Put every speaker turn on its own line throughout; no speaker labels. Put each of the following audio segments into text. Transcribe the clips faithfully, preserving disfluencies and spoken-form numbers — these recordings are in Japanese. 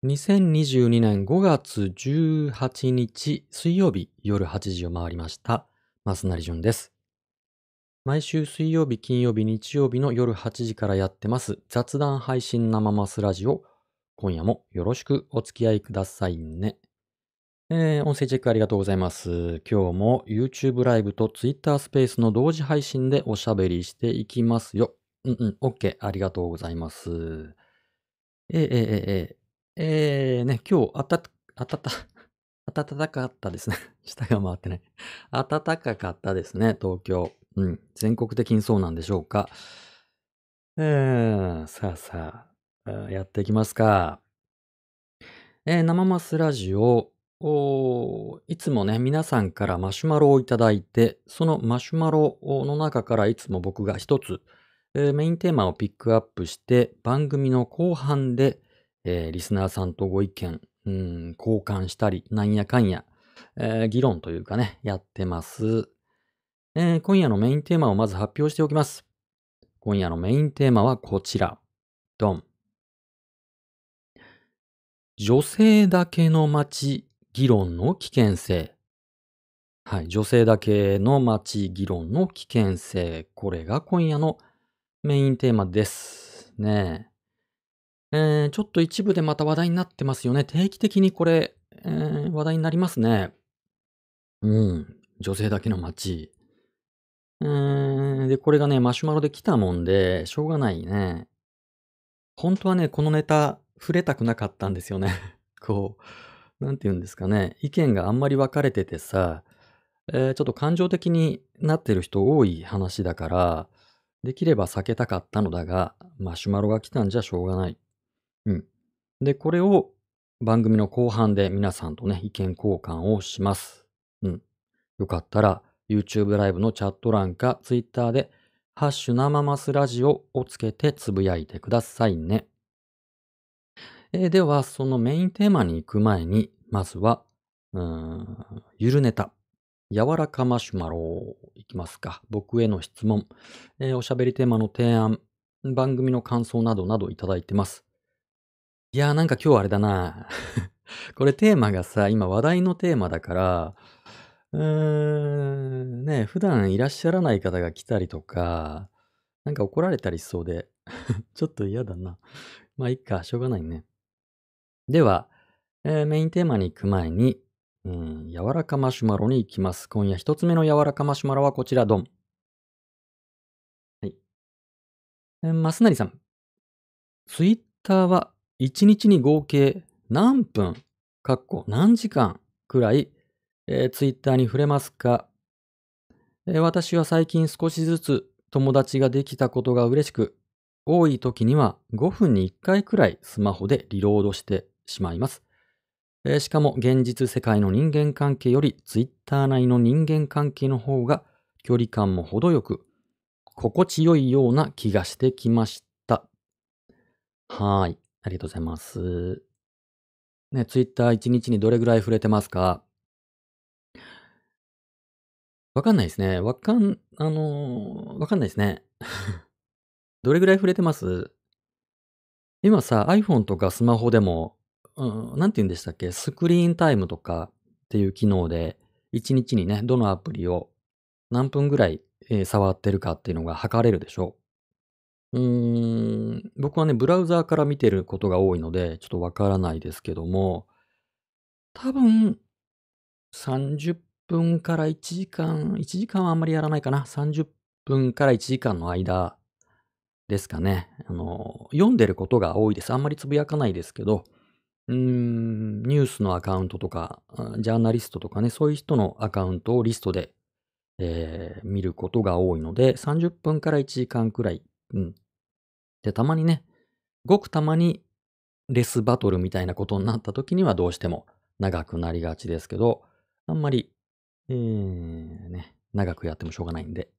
にせんにじゅうにねんごがつじゅうはちにち水曜日夜はちじを回りました。増成淳です。毎週水曜日、金曜日、日曜日の夜はちじからやってます雑談配信生マスラジオ。今夜もよろしくお付き合いくださいね。えー、音声チェックありがとうございます。今日も YouTube ライブと Twitter スペースの同時配信でおしゃべりしていきますよ。うんうん、OK。ありがとうございます。えー、えー、えー、えー、えー、ね、今日、あた、あたた、暖かかったですね。下が回ってない。暖かかったですね、東京。うん。全国的にそうなんでしょうか。えー、さあさあ、あやっていきますか。えー生マスラジオ、おーいつもね、皆さんからマシュマロをいただいて、そのマシュマロの中からいつも僕が一つ、えーメインテーマをピックアップして、番組の後半で、えーリスナーさんとご意見、うん、交換したり、なんやかんや、えー議論というかね、やってます。えー今夜のメインテーマをまず発表しておきます。今夜のメインテーマはこちら。ドン。女性だけの街議論の危険性。はい。女性だけの街議論の危険性。これが今夜のメインテーマです。ねえ。えーちょっと一部でまた話題になってますよね。定期的にこれ、えー話題になりますね。うん。女性だけの街。えーで、これがね、マシュマロで来たもんで、しょうがないね。本当はね、このネタ触れたくなかったんですよね。こう、なんて言うんですかね。意見があんまり分かれててさ、えーちょっと感情的になってる人多い話だから、できれば避けたかったのだが、マシュマロが来たんじゃしょうがない。うん。で、これを番組の後半で皆さんとね、意見交換をします。うん。よかったら、YouTube ライブのチャット欄か Twitter で、ハッシュ生マスラジオをつけてつぶやいてくださいね。えーでは、そのメインテーマに行く前に、まずは、うーん、ゆるネタ。柔らかマシュマロいきますか。僕への質問、えーおしゃべりテーマの提案、番組の感想などなどいただいてます。いやーなんか今日あれだな。これテーマがさ、今話題のテーマだから、うーん、ね、普段いらっしゃらない方が来たりとか、なんか怒られたりしそうで、ちょっと嫌だな。まあいいか、しょうがないね。では、えーメインテーマに行く前に、うん、柔らかマシュマロに行きます。今夜一つ目の柔らかマシュマロはこちら、ドン。はい。えー、マスナリさん。ツイッターはいちにちに合計何分、かっこ何時間くらい、えー、ツイッターに触れますか？えー私は最近少しずつ友達ができたことが嬉しく、多い時にはごふんにいっかいくらいスマホでリロードしてしまいます。えーしかも現実世界の人間関係よりツイッター内の人間関係の方が距離感も程よく心地よいような気がしてきました。はーい。ありがとうございます。ね、ツイッターいちにちにどれぐらい触れてますか？わかんないですね。わかん、あのーわかんないですね。どれぐらい触れてます？今さ、iPhone とかスマホでも、うん、なんて言うんでしたっけ、スクリーンタイムとかっていう機能で、いちにちにね、どのアプリを何分ぐらい、えー触ってるかっていうのが測れるでしょう。うーん、僕はね、ブラウザーから見てることが多いので、ちょっとわからないですけども、多分さんじゅっぷんからいちじかん、いちじかんはあんまりやらないかな。さんじゅっぷんからいちじかんの間ですかね。あの、読んでることが多いです。あんまりつぶやかないですけど、うーん、ニュースのアカウントとか、あジャーナリストとかね、そういう人のアカウントをリストで、えー見ることが多いので、さんじゅっぷんからいちじかんくらい。うん。で、たまにね、ごくたまにレスバトルみたいなことになった時にはどうしても長くなりがちですけど、あんまり、えー、ね、長くやってもしょうがないんで。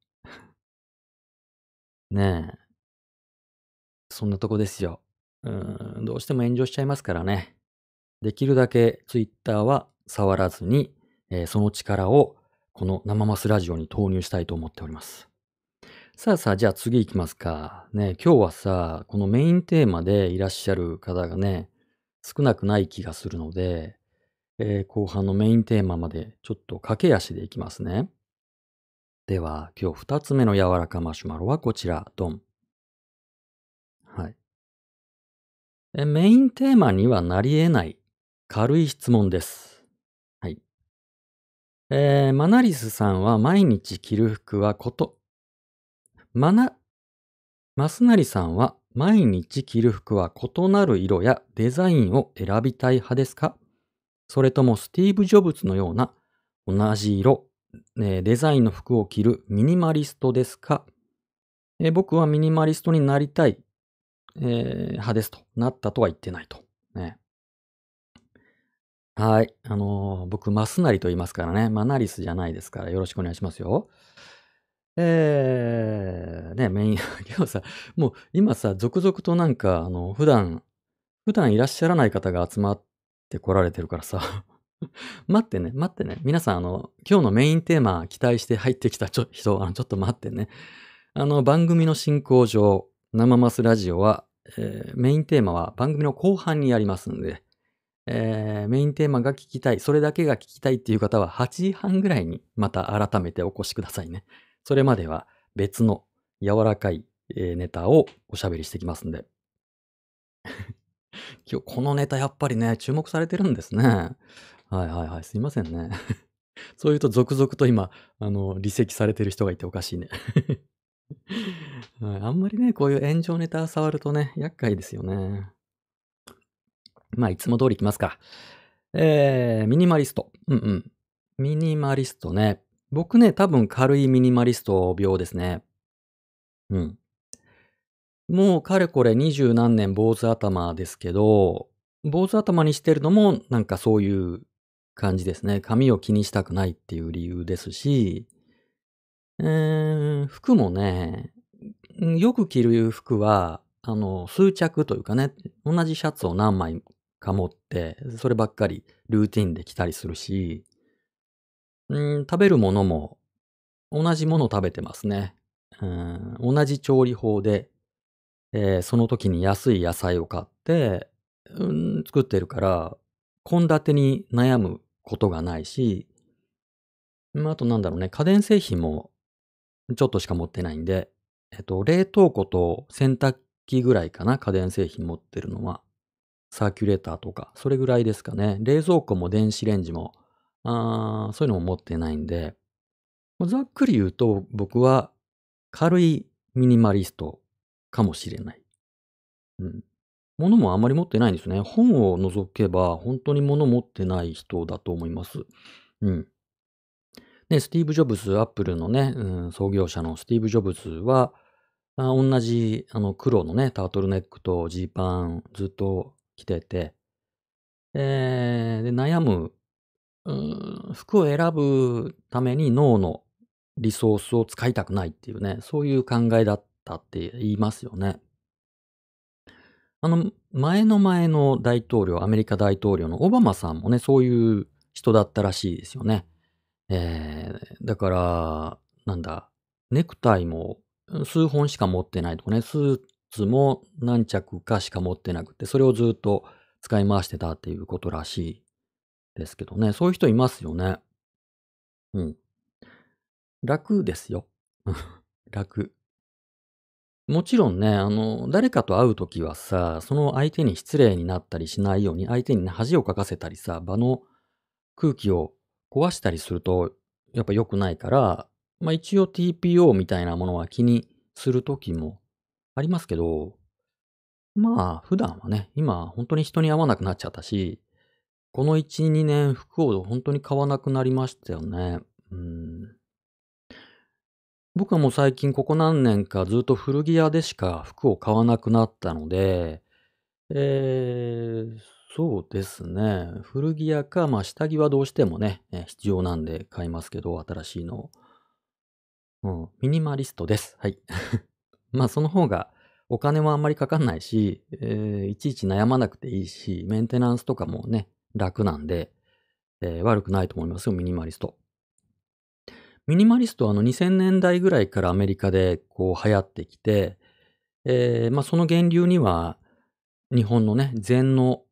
ねえ、そんなとこですよ。うーん、どうしても炎上しちゃいますからね。できるだけツイッターは触らずに、えーその力をこの生マスラジオに投入したいと思っております。さあさあ、じゃあ次行きますか。ね、今日はさ、このメインテーマでいらっしゃる方がね、 少なくない気がするので、えー後半のメインテーマまでちょっと駆け足でいきますね。では、今日二つ目の柔らかマシュマロはこちら、ドン。はい。えメインテーマにはなり得ない軽い質問です。はい。えーマナリスさんは毎日着る服はこと、マナ、マスナリさんは毎日着る服は異なる色やデザインを選びたい派ですか？それともスティーブ・ジョブズのような同じ色、えーデザインの服を着るミニマリストですか？えー僕はミニマリストになりたい、えー派ですと。なったとは言ってないと。ね。はい。あのー僕、マスナリと言いますからね。マナリスじゃないですから、よろしくお願いしますよ。えー、ね、メイン、今日さ、もう今さ、続々となんか、あの、普段、普段いらっしゃらない方が集まって来られてるからさ。待ってね、待ってね。皆さん、あの、今日のメインテーマ期待して入ってきたちょ人、あの、ちょっと待ってね。あの、番組の進行上、生マスラジオは、えーメインテーマは番組の後半にやりますんで、えーメインテーマが聞きたい、それだけが聞きたいっていう方ははちじはんぐらいにまた改めてお越しくださいね。それまでは別の柔らかい、えーネタをおしゃべりしてきますんで。今日このネタやっぱりね、注目されてるんですね。はいはいはい、すいませんね。そういうと続々と今、あの、離席されてる人がいておかしいね。はい、あんまりね、こういう炎上ネタ触るとね、厄介ですよね。まあ、いつも通りいきますか。えー、ミニマリスト。うんうん。ミニマリストね。僕ね、多分軽いミニマリスト病ですね。うん。もうかれこれ二十何年坊主頭ですけど、坊主頭にしてるのもなんかそういう感じですね。髪を気にしたくないっていう理由ですし、えー、服もね、んよく着る服は、あの、数着というかね、同じシャツを何枚か持って、そればっかりルーティンで着たりするし、うん、食べるものも同じものを食べてますね。うん、同じ調理法で、えーその時に安い野菜を買って、うん、作ってるから、献立に悩むことがないし、まああとなんだろうね、家電製品もちょっとしか持ってないんで、えっと、冷凍庫と洗濯機ぐらいかな、家電製品持ってるのは。サーキュレーターとか、それぐらいですかね。冷蔵庫も電子レンジも、あーそういうのも持ってないんで、まざっくり言うと、僕は軽いミニマリストかもしれない。うん。物もあまり持ってないんですね。本を除けば、本当に物持ってない人だと思います。うん。ね、スティーブ・ジョブズ、アップルのね、うん、創業者のスティーブ・ジョブズは、あ同じ、あの、黒のね、タートルネックとジーパンずっと着てて、えーで、悩む、うーん、服を選ぶために脳のリソースを使いたくないっていうね、そういう考えだったって言いますよね。あの、前の前の大統領、アメリカ大統領のオバマさんもね、そういう人だったらしいですよね。えーだから、なんだ、ネクタイもうん数本しか持ってないとかね、スーツも何着かしか持ってなくて、それをずっと使い回してたっていうことらしいですけどね、そういう人いますよね。うん。楽ですよ。楽。もちろんね、あの、誰かと会うときはさ、その相手に失礼になったりしないように、相手にね、恥をかかせたりさ、場の空気を壊したりすると、やっぱ良くないから、まあ一応 ティーピーオー みたいなものは気にするときもありますけど、まあ普段はね、今本当に人に会わなくなっちゃったし、このいち、にねん服を本当に買わなくなりましたよね。うん。僕はもう最近ここ何年かずっと古着屋でしか服を買わなくなったので、えー、そうですね。古着屋か、まあ下着はどうしてもね、えー必要なんで買いますけど、新しいのを。うん、ミニマリストです。はい。まあその方がお金もあんまりかかんないし、えーいちいち悩まなくていいし、メンテナンスとかもね、楽なんで、えー悪くないと思いますよ、ミニマリスト。ミニマリストはあのにせんねんだいぐらいからアメリカでこう流行ってきて、えーまあその源流には日本のね、禅の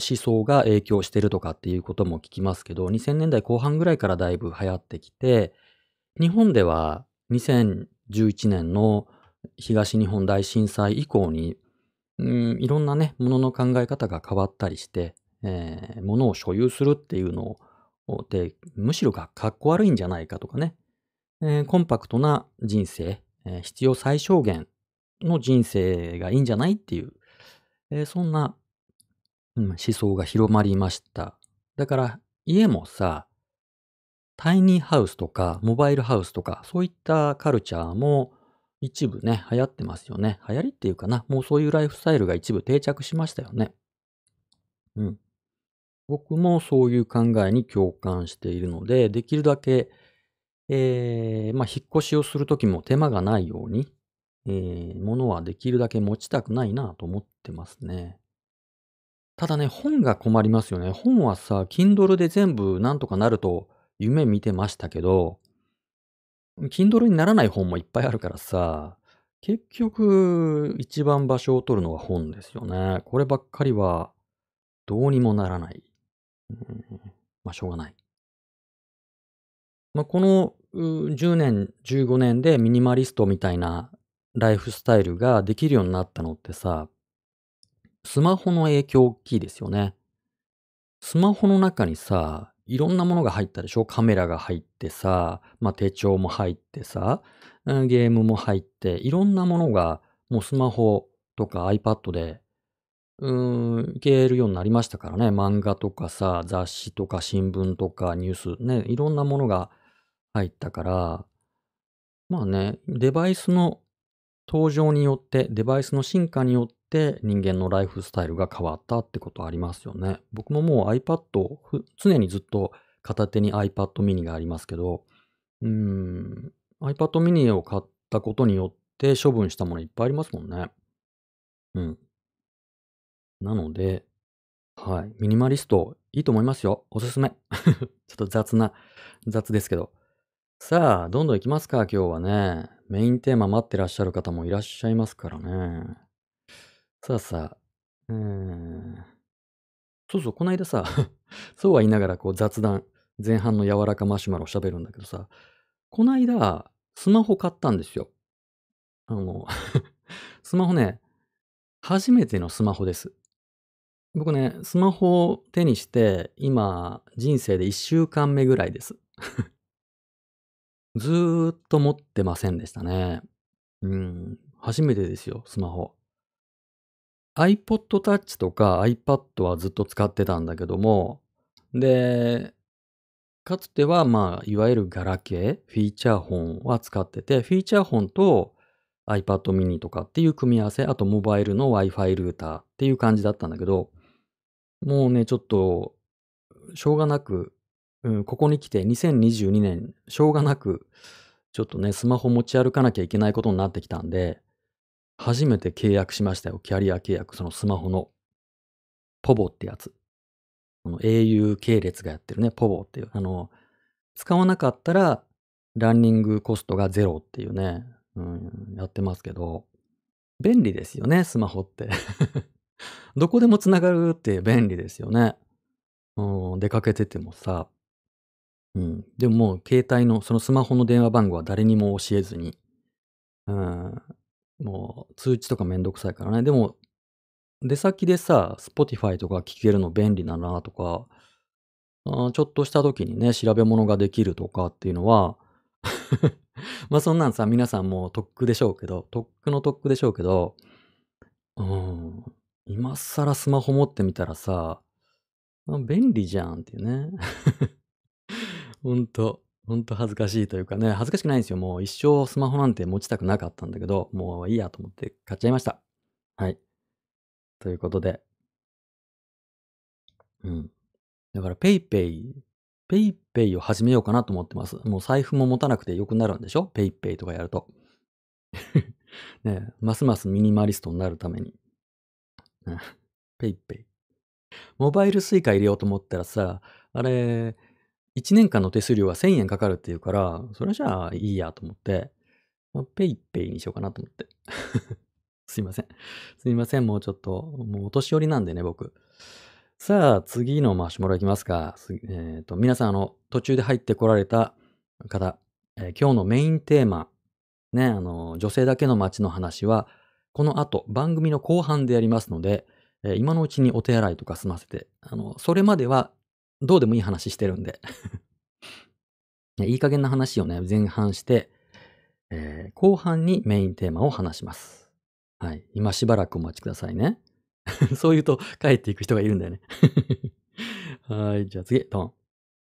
思想が影響してるとかっていうことも聞きますけど、にせんねんだいこう半ぐらいからだいぶ流行ってきて、日本ではにせんじゅういちねんの東日本大震災以降に、うん、いろんなね、ものの考え方が変わったりして、えー、物を所有するっていうのを、で、むしろがかっこ悪いんじゃないかとかね、えーコンパクトな人生、えー必要最小限の人生がいいんじゃないっていう、えーそんな、うん、思想が広まりました。だから家もさ、タイニーハウスとかモバイルハウスとかそういったカルチャーも一部ね、流行ってますよね。流行りっていうかな、もうそういうライフスタイルが一部定着しましたよね。うん。僕もそういう考えに共感しているので、できるだけ、えー、まあ、引っ越しをするときも手間がないように、えー、物はできるだけ持ちたくないなと思ってますね。ただね、本が困りますよね。本はさ、Kindle で全部なんとかなると夢見てましたけど、Kindle にならない本もいっぱいあるからさ、結局、一番場所を取るのは本ですよね。こればっかりはどうにもならない。うん、まあ、しょうがない。まあ、この、うじゅうねん、じゅうごねんでミニマリストみたいなライフスタイルができるようになったのってさ、スマホの影響大きいですよね。スマホの中にさ、いろんなものが入ったでしょ？カメラが入ってさ、ま、手帳も入ってさ、うん、ゲームも入って、いろんなものがもうスマホとか iPad で、うーん、いけるようになりましたからね。漫画とかさ、雑誌とか新聞とかニュースね、いろんなものが入ったから、まあね、デバイスの登場によって、デバイスの進化によって人間のライフスタイルが変わったってことありますよね。僕ももう iPad、ふ常にずっと片手に iPad mini がありますけど、うーん、iPad mini を買ったことによって処分したものいっぱいありますもんね。うん。なので、はい、ミニマリストいいと思いますよ。おすすめ。ちょっと雑な、雑ですけど。さあ、どんどん行きますか、今日はね。メインテーマ待ってらっしゃる方もいらっしゃいますからね。さあさあ、うーん。そうそう、こないださ、そうは言いながらこう雑談、前半の柔らかマシュマロ喋るんだけどさ、こないだ、スマホ買ったんですよ。あの、スマホね、初めてのスマホです。僕ね、スマホを手にして、今、人生でいっしゅうかんめぐらいです。ずーっと持ってませんでしたね。うん、初めてですよ、スマホ。iPod Touch とか iPad はずっと使ってたんだけども、で、かつては、まあ、いわゆるガラケー、フィーチャーフォンは使ってて、フィーチャーフォンと iPad mini とかっていう組み合わせ、あとモバイルの Wi-Fi ルーターっていう感じだったんだけど、もうね、ちょっと、しょうがなく、うん、ここに来てにせんにじゅうにねん、しょうがなく、ちょっとね、スマホ持ち歩かなきゃいけないことになってきたんで、初めて契約しましたよ。キャリア契約、そのスマホの ポボ ってやつ。あの au 系列がやってるね、ポボっていう。あの、使わなかったら、ランニングコストがゼロっていうね、うん、やってますけど、便利ですよね、スマホって。どこでも繋がるって便利ですよね。うん、出かけててもさ。うん。でももう携帯の、そのスマホの電話番号は誰にも教えずに、うん、もう通知とかめんどくさいからね。でも、出先でさ、Spotify とか聞けるの便利だなとか、あーちょっとした時にね、調べ物ができるとかっていうのは、ま、そんなんさ、皆さんもうとっくでしょうけど、とっくのとっくでしょうけど、うーん、今更スマホ持ってみたらさ、あ、便利じゃんっていうね。ほんと、ほんと恥ずかしいというかね、恥ずかしくないんですよ。もう一生スマホなんて持ちたくなかったんだけど、もういいやと思って買っちゃいました。はい。ということで、うん。だから PayPay、PayPay を始めようかなと思ってます。もう財布も持たなくて良くなるんでしょ？ PayPay とかやると。ね、ますますミニマリストになるために。うん、PayPay。モバイル Suica 入れようと思ったらさ、あれ、いちねんかんの手数料がせんえんかかるって言うから、それじゃあいいやと思って、ま、PayPay にしようかなと思って。すいません。すいません、もうちょっと、もうお年寄りなんでね、僕。 さあ、次のマシュマロいきますか。すえっと、皆さん、あの、途中で入ってこられた方、えー今日のメインテーマ、ね、あの、女性だけの街の話は、この後、番組の後半でやりますので、えー今のうちにお手洗いとか済ませて、あの、それまではどうでもいい話してるんで、ねいい加減な話をね、前半して、えー後半にメインテーマを話します。はい。今しばらくお待ちくださいね。そう言うと帰っていく人がいるんだよね。はい。じゃあ次、ドン。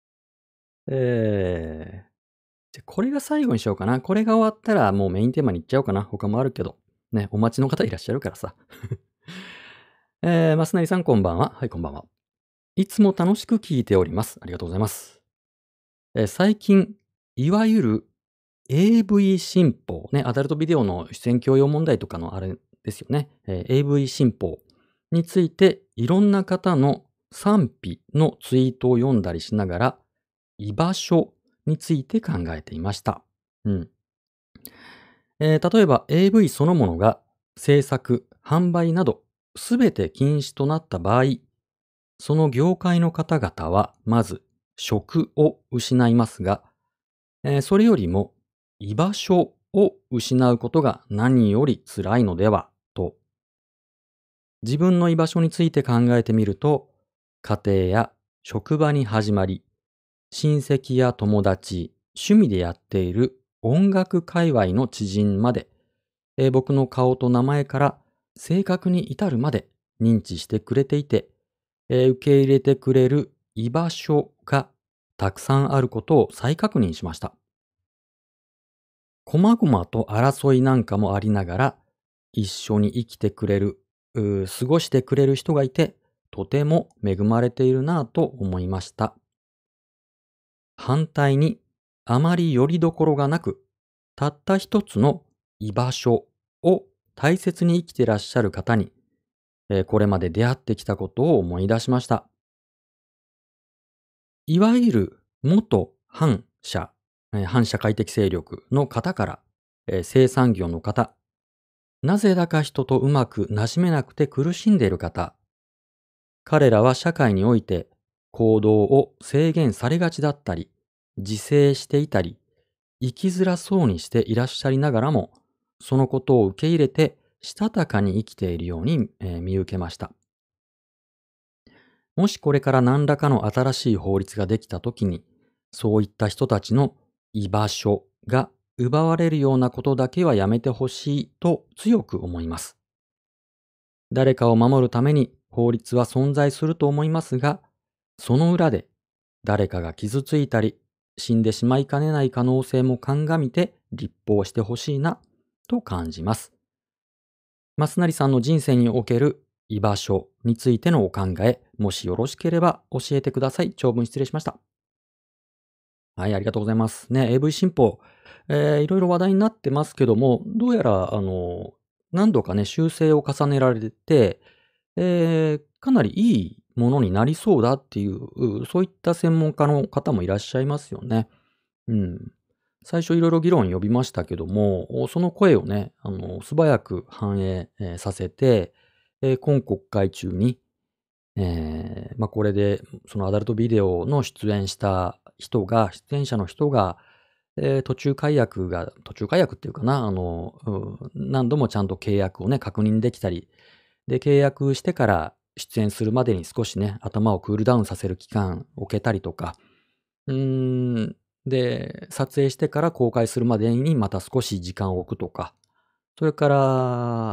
えー、じゃ、これが最後にしようかな。これが終わったらもうメインテーマに行っちゃおうかな。他もあるけど。ね、お待ちの方いらっしゃるからさ。えー、マスナリさんこんばんは。はい、こんばんは。いつも楽しく聞いております。ありがとうございます。えー最近、いわゆる エーブイ 新法、ね、アダルトビデオの出演強要問題とかのあれですよね。えー エーブイ 新法についていろんな方の賛否のツイートを読んだりしながら、居場所について考えていました。うん。えー例えば エーブイ そのものが制作、販売などすべて禁止となった場合、その業界の方々はまず職を失いますが、えーそれよりも居場所を失うことが何より辛いのではと、自分の居場所について考えてみると、家庭や職場に始まり、親戚や友達、趣味でやっている音楽界隈の知人まで、えー僕の顔と名前から性格に至るまで認知してくれていて、えー受け入れてくれる居場所がたくさんあることを再確認しました。細々と争いなんかもありながら、一緒に生きてくれる、うー過ごしてくれる人がいて、とても恵まれているなぁと思いました。反対に、あまり拠り所がなく、たった一つの居場所を大切に生きてらっしゃる方に、えーこれまで出会ってきたことを思い出しました。いわゆる元反社、えー反社会的勢力の方から、えー生産業の方、なぜだか人とうまく馴染めなくて苦しんでいる方、彼らは社会において行動を制限されがちだったり、自制していたり、生きづらそうにしていらっしゃりながらも、そのことを受け入れて、したたかに生きているように、えー見受けました。もしこれから何らかの新しい法律ができたときに、そういった人たちの居場所が奪われるようなことだけはやめてほしいと強く思います。誰かを守るために法律は存在すると思いますが、その裏で誰かが傷ついたり死んでしまいかねない可能性も鑑みて立法してほしいなと感じます。増成さんの人生における居場所についてのお考え、もしよろしければ教えてください。長文失礼しました。はい、ありがとうございます。ね、エーブイ 新法、えー、いろいろ話題になってますけども、どうやら、あの、何度かね、修正を重ねられて、えー、かなりいいものになりそうだっていう、うそういった専門家の方もいらっしゃいますよね。うん。最初いろいろ議論呼びましたけども、その声をね、あの、素早く反映、えーさせて、えー今国会中に、えーまあ、これで、そのアダルトビデオの出演した人が、出演者の人が、えー途中解約が、途中解約っていうかな、あの、うん何度もちゃんと契約をね、確認できたり、で、契約してから出演するまでに少しね、頭をクールダウンさせる期間を置けたりとか、うーん、で、撮影してから公開するまでにまた少し時間を置くとか、それから、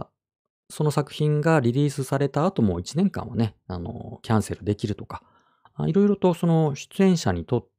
その作品がリリースされた後もいちねんかんはね、あの、キャンセルできるとか、あいろいろとその出演者にとって、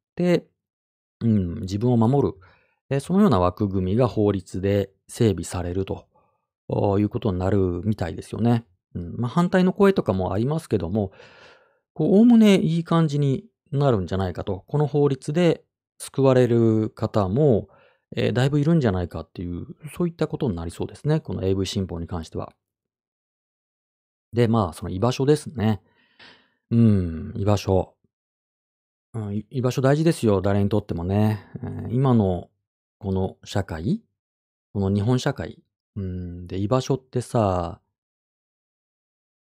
うん、自分を守る、え、そのような枠組みが法律で整備されるとおいうことになるみたいですよね。うん、まあ、反対の声とかもありますけども、こう、おおむねいい感じになるんじゃないかと。この法律で救われる方も、えーだいぶいるんじゃないかっていう、そういったことになりそうですね。この エーブイ 新法に関しては。で、まあ、その居場所ですね。うん、居場所。うん、い居場所大事ですよ、誰にとってもね。えー今のこの社会、この日本社会、うん、で、居場所ってさ、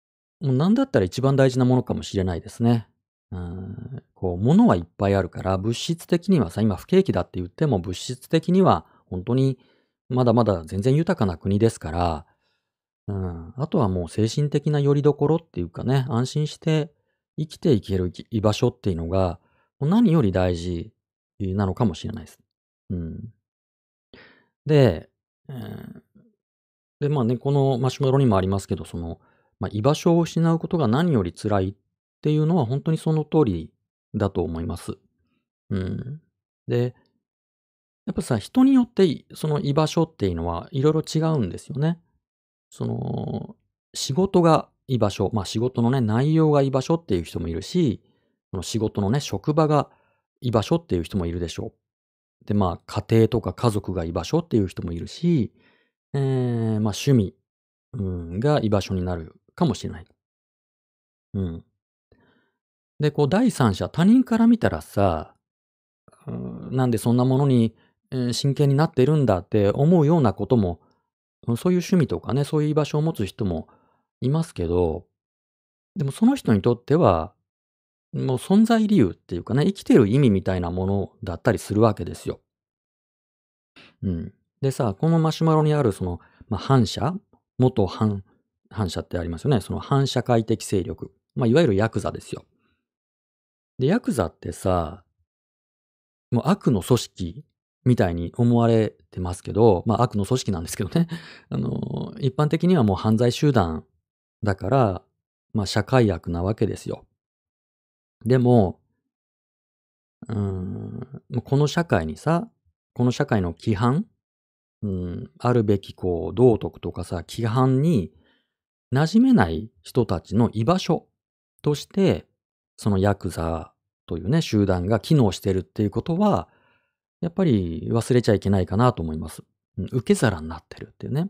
もうなんだったら一番大事なものかもしれないですね。うーん、こう、物はいっぱいあるから、物質的にはさ、今不景気だって言っても、物質的には本当にまだまだ全然豊かな国ですから、うん、あとはもう精神的な拠り所っていうかね、安心して生きていけるき居場所っていうのが、もう何より大事なのかもしれないです。うん。で、ええ、で、まあね、このマシュマロにもありますけど、その、まあ、居場所を失うことが何より辛いっていうのは本当にその通りだと思います。うん。で、やっぱさ、人によって、その居場所っていうのは色々違うんですよね。その、仕事が居場所、ま、仕事のね、内容が居場所っていう人もいるし、その仕事のね、職場が居場所っていう人もいるでしょう。で、まあ、家庭とか家族が居場所っていう人もいるし、ええ、ま、趣味、うん、が居場所になるかもしれない。うん。で、こう第三者、他人から見たらさ、うーん、なんでそんなものに、えー真剣になってるんだって思うようなことも、うん、そういう趣味とかね、そういう居場所を持つ人もいますけど、でもその人にとっては、もう存在理由っていうかね、生きてる意味みたいなものだったりするわけですよ。うん。でさ、このマシュマロにあるその、まあ、反社元反反社ってありますよね。その反社会的勢力。まあ、いわゆるヤクザですよ。で、ヤクザってさ、もう悪の組織みたいに思われてますけど、まあ、悪の組織なんですけどね。あの、一般的にはもう犯罪集団だから、まあ、社会悪なわけですよ。でも、うーん、もうこの社会にさ、この社会の規範、うん、あるべきこう道徳とかさ、規範に馴染めない人たちの居場所として、そのヤクザというね、集団が機能してるっていうことは、やっぱり忘れちゃいけないかなと思います。うん、受け皿になってるっていうね。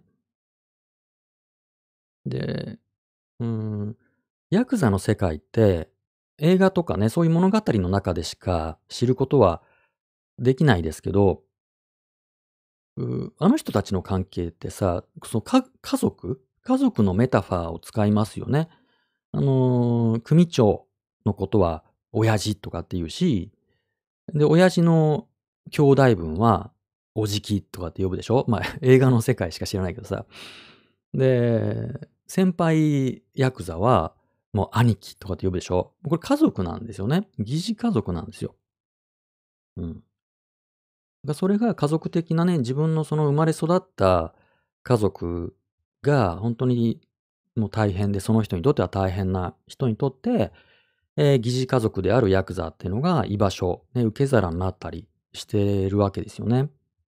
で、うーん、ヤクザの世界って、映画とかね、そういう物語の中でしか知ることはできないですけど、うあの人たちの関係ってさ、そのか家族家族のメタファーを使いますよね。あの、組長のことは親父とかって言うし、で、親父の兄弟分はおじきとかって呼ぶでしょ？まあ、映画の世界しか知らないけどさ。で、先輩ヤクザはもう兄貴とかって呼ぶでしょ？これ家族なんですよね。疑似家族なんですよ。うん。が、それが家族的なね、自分のその生まれ育った家族が本当にもう大変で、その人にとっては大変な人にとって、ええ、疑似家族であるヤクザっていうのが居場所、ね、受け皿になったりしてるわけですよね。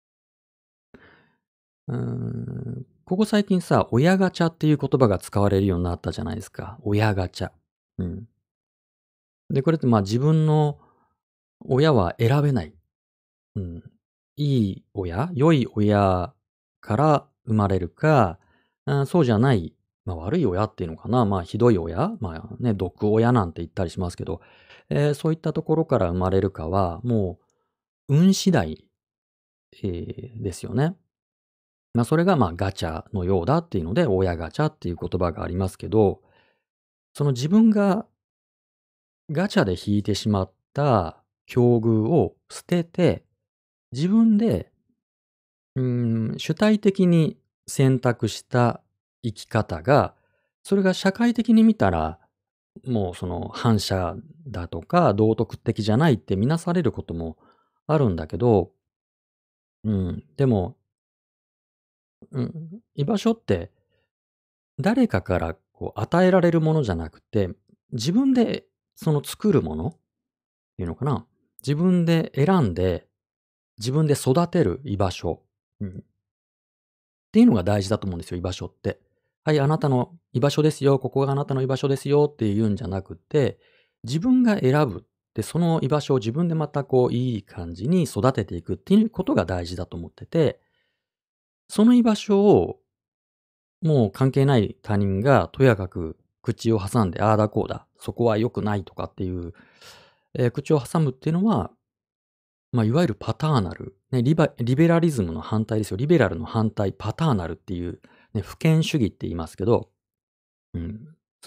うーん、ここ最近さ、親ガチャっていう言葉が使われるようになったじゃないですか。親ガチャ。うん。で、これってまあ自分の親は選べない。うん。いい親、良い親から生まれるか、あ、そうじゃない、ま、悪い親っていうのかな、まあ、ひどい親、まあ、ね、毒親なんて言ったりしますけど、ええ、そういったところから生まれるかは、もう運次第、ええ、ですよね。ま、それが、ま、ガチャのようだっていうので、親ガチャっていう言葉がありますけど、その自分がガチャで引いてしまった境遇を捨てて、自分でうーん、主体的に選択した生き方が、それが社会的に見たら、もうその反社だとか、道徳的じゃないって見なされることもあるんだけど、うん、でも、うん、居場所って誰かからこう与えられるものじゃなくて、自分でその作るものっていうのかな。自分で選んで、自分で育てる居場所。うん。っていうのが大事だと思うんですよ、居場所って。はい、あなたの居場所ですよ、ここがあなたの居場所ですよっていうんじゃなくて、自分が選ぶ。で、その居場所を自分でまたこういい感じに育てていくっていうことが大事だと思ってて、その居場所をもう関係ない他人がとやかく口を挟んで、ああだこうだ、そこは良くないとかっていう、えー口を挟むっていうのは、まあ、いわゆるパターナル、ね、リバリベラリズムの反対ですよ。リベラルの反対、パターナルっていう、ね、父権主義って言いますけど、うん。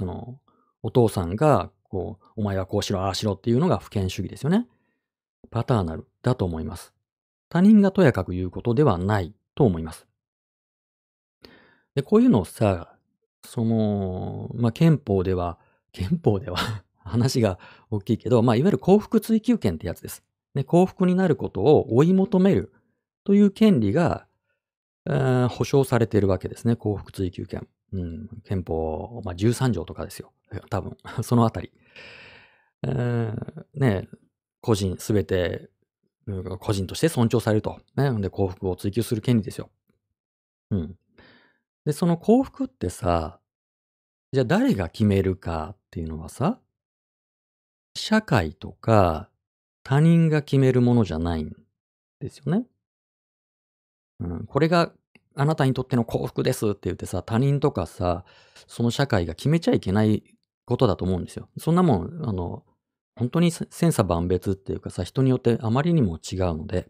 その、お父さんが、こう、お前はこうしろ、ああしろっていうのが父権主義ですよね。パターナルだと思います。他人がとやかく言うことではないと思います。で、こういうのをさ、その、まあ、憲法では、憲法では話が大きいけど、まあ、いわゆる幸福追求権ってやつです。ね、幸福になることを追い求めるという権利が、えー保障されているわけですね。幸福追求権。うん、憲法、まあ、じゅうさん条とかですよ。多分、そのあたり。えーね、個人すべて、うん個人として尊重されると。ね、で、幸福を追求する権利ですよ。うん。で、その幸福ってさ、じゃあ誰が決めるかっていうのはさ、社会とか他人が決めるものじゃないんですよね。うん、これがあなたにとっての幸福ですって言ってさ、他人とかさ、その社会が決めちゃいけないことだと思うんですよ。そんなもん、あの、本当にせ千差万別っていうかさ、人によってあまりにも違うので。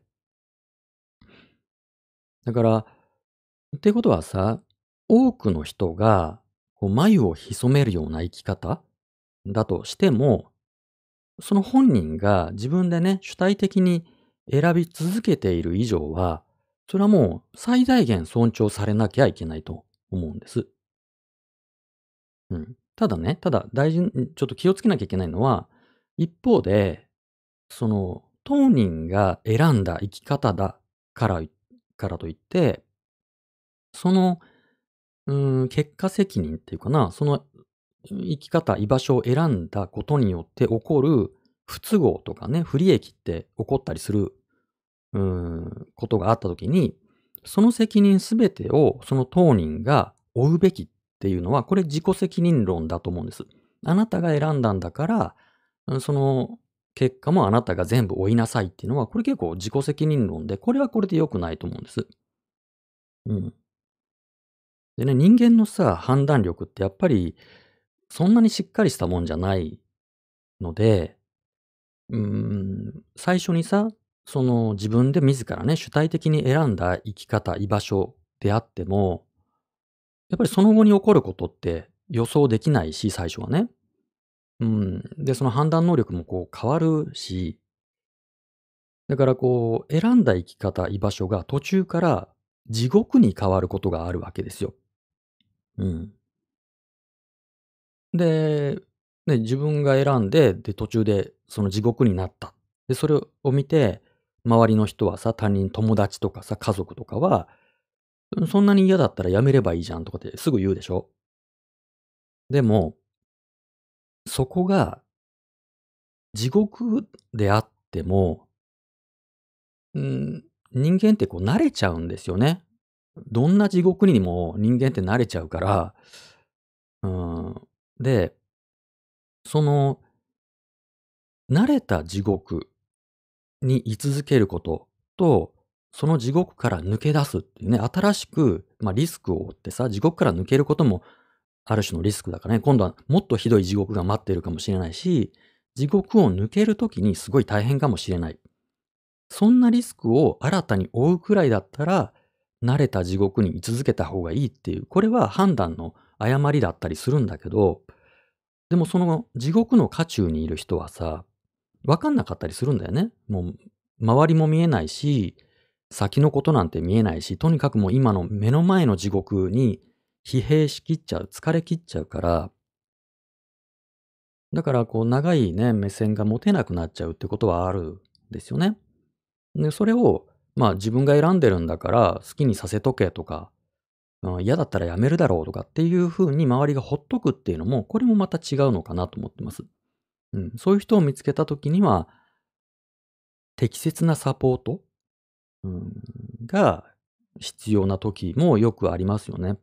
だから、っていうことはさ、多くの人がこう眉を潜めるような生き方だとしても、その本人が自分でね、主体的に選び続けている以上は、それはもう最大限尊重されなきゃいけないと思うんです。うん。ただね、ただ大事に、ちょっと気をつけなきゃいけないのは、一方で、その、当人が選んだ生き方だからい、からといって、その、うーん、結果責任っていうかな、その生き方、居場所を選んだことによって起こる不都合とかね、不利益って起こったりする、うーん、ことがあったときに、その責任すべてをその当人が負うべきっていうのは、これ自己責任論だと思うんです。あなたが選んだんだから、うんその結果もあなたが全部負いなさいっていうのは、これ結構自己責任論で、これはこれで良くないと思うんです。うん。でね、人間のさ、判断力ってやっぱりそんなにしっかりしたもんじゃないので、うーん、最初にさ、その自分で自らね、主体的に選んだ生き方、居場所であっても、やっぱりその後に起こることって予想できないし、最初はね。うん。で、その判断能力もこう変わるし、だからこう、選んだ生き方、居場所が途中から地獄に変わることがあるわけですよ。うん。で、ね、自分が選んで、で、途中でその地獄になった。で、それを見て、周りの人はさ、他人、友達とかさ、家族とかは、うんそんなに嫌だったらやめればいいじゃんとかってすぐ言うでしょ。でも、そこが地獄であっても、うん、人間ってこう慣れちゃうんですよね。どんな地獄にも人間って慣れちゃうから、うん。で、その慣れた地獄に居続けることと、その地獄から抜け出すっていうね、新しく、まあ、リスクを負ってさ、地獄から抜けることもある種のリスクだからね、今度はもっとひどい地獄が待っているかもしれないし、地獄を抜けるときにすごい大変かもしれない。そんなリスクを新たに負うくらいだったら、慣れた地獄に居続けた方がいいっていう、これは判断の誤りだったりするんだけど、でもその地獄の渦中にいる人はさ、わかんなかったりするんだよね。もう、周りも見えないし、先のことなんて見えないし、とにかくもう今の目の前の地獄に疲弊しきっちゃう、疲れきっちゃうから、だからこう長いね、目線が持てなくなっちゃうってことはあるんですよね。で、それを、まあ自分が選んでるんだから好きにさせとけとか、うん、嫌だったらやめるだろうとかっていう風に周りがほっとくっていうのも、これもまた違うのかなと思ってます。うん、そういう人を見つけた時には、適切なサポート、うん、が必要な時もよくありますよね。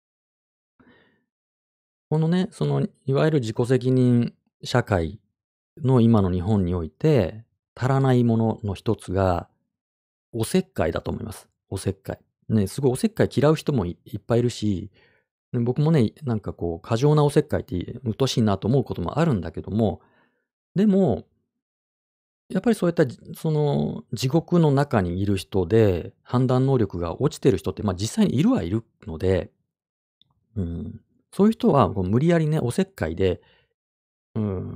このね、そのいわゆる自己責任社会の今の日本において、足らないものの一つが、おせっかいだと思います。おせっかい。ね、すごいおせっかい嫌う人もいいっぱいいるし、ね僕もね、なんかこう過剰なおせっかいって鬱陶しいなと思うこともあるんだけども、でも、やっぱりそういった、じその、地獄の中にいる人で、判断能力が落ちてる人って、ま、実際にいるはいるので、うん。 そういう人はこう無理やりね、おせっかいで、うん、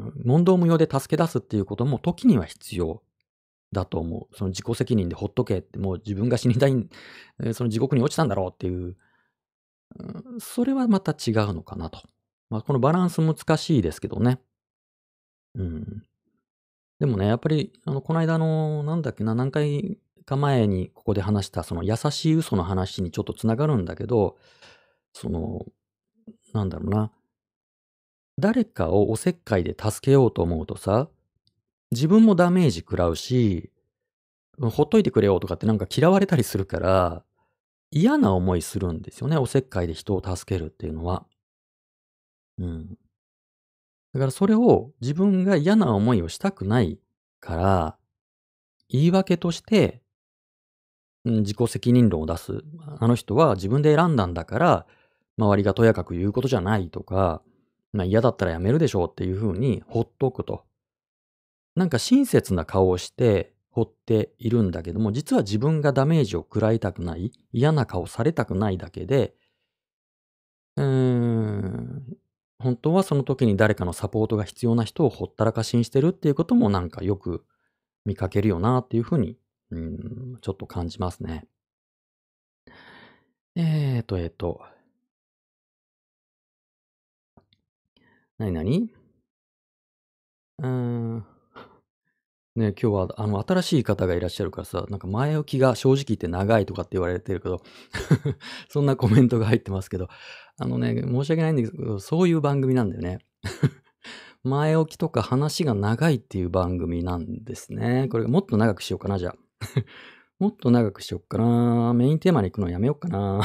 問答無用で助け出すっていうことも時には必要だと思う。その自己責任でほっとけって、もう自分が死にたいんえ、その地獄に落ちたんだろうっていう、うん、それはまた違うのかなと。まあ、このバランス難しいですけどね。うん。でもね、やっぱり、あの、この間の、なんだっけな、何回か前にここで話した、その優しい嘘の話にちょっとつながるんだけど、その、なんだろうな、誰かをおせっかいで助けようと思うとさ、自分もダメージ食らうし、ほっといてくれよとかってなんか嫌われたりするから、嫌な思いするんですよね、おせっかいで人を助けるっていうのは。うん。だからそれを自分が嫌な思いをしたくないから、言い訳として、うん、自己責任論を出す。あの人は自分で選んだんだから、周りがとやかく言うことじゃないとか、まあ嫌だったらやめるでしょうっていう風にほっとくと。なんか親切な顔をして放っているんだけども、実は自分がダメージを食らいたくない、嫌な顔されたくないだけで、うーん、本当はその時に誰かのサポートが必要な人をほったらかしにしてるっていうこともなんかよく見かけるよなっていう風に、うーん、ちょっと感じますね。えーと、えーと、なになにうーん。ね、今日はあの新しい方がいらっしゃるからさ、なんか前置きが正直言って長いとかって言われてるけど、そんなコメントが入ってますけど、あのね、申し訳ないんだけど、そういう番組なんだよね。前置きとか話が長いっていう番組なんですね。これもっと長くしようかな、じゃあ。もっと長くしよっかな。メインテーマに行くのやめようかな。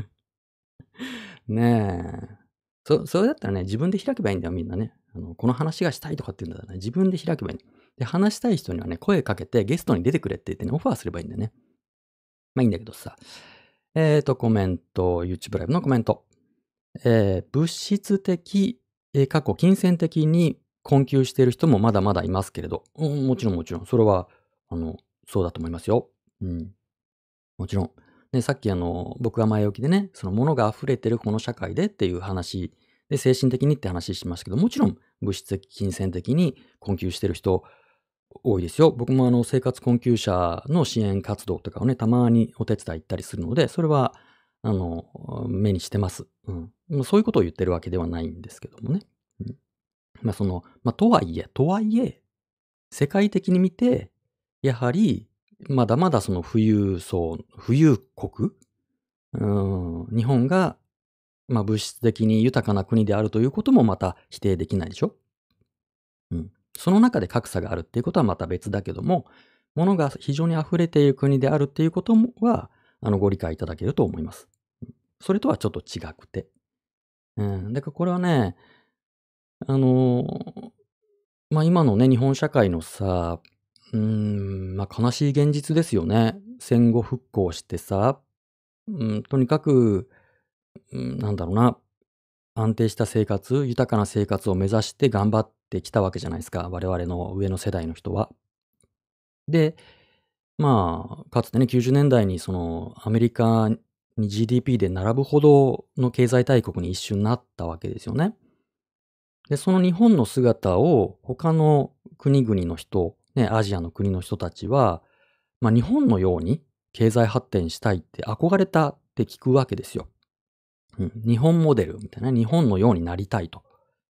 ねえ。そそれだったらね、自分で開けばいいんだよ、みんなね。あの、この話がしたいとかって言うんだったらね、自分で開けばいい。で、話したい人にはね、声かけてゲストに出てくれって言ってね、オファーすればいいんだよね。ま、いいんだけどさ。えっと、コメント、YouTube ライブのコメント。えー物質的、え、過去金銭的に困窮している人もまだまだいますけれど、うん、もちろんもちろん、それは、あの、そうだと思いますよ。うん、もちろん。ね、さっきあの、僕が前置きでね、その物が溢れてるこの社会でっていう話で、精神的にって話しましたけど、もちろん物質的、金銭的に困窮してる人多いですよ。僕もあの、生活困窮者の支援活動とかをね、たまにお手伝い行ったりするので、それは、あの、目にしてます。うん。ま、そういうことを言ってるわけではないんですけどもね。うん。ま、その、ま、とはいえとはいえ、世界的に見て、やはり、まだまだその富裕層富裕国、うーん、日本が、ま、物質的に豊かな国であるということもまた否定できないでしょ。うん。その中で格差があるっていうことはまた別だけども、物が非常に溢れている国であるっていうこともは、あの、ご理解いただけると思います。うん。それとはちょっと違くて。うん。だからこれはね、あの、ま、今のね、日本社会のさ、うーん、ま、悲しい現実ですよね。戦後復興してさ、うん、とにかく、うん、なんだろうな、安定した生活、豊かな生活を目指して頑張ってきたわけじゃないですか、我々の上の世代の人は。で、まあ、かつてね、きゅうじゅうねんだいにそのアメリカに ジーディーピー で並ぶほどの経済大国に一瞬なったわけですよね。で、その日本の姿を他の国々の人、ね、アジアの国の人たちは、まあ、日本のように経済発展したいって憧れたって聞くわけですよ。うん、日本モデルみたいな、日本のようになりたいと。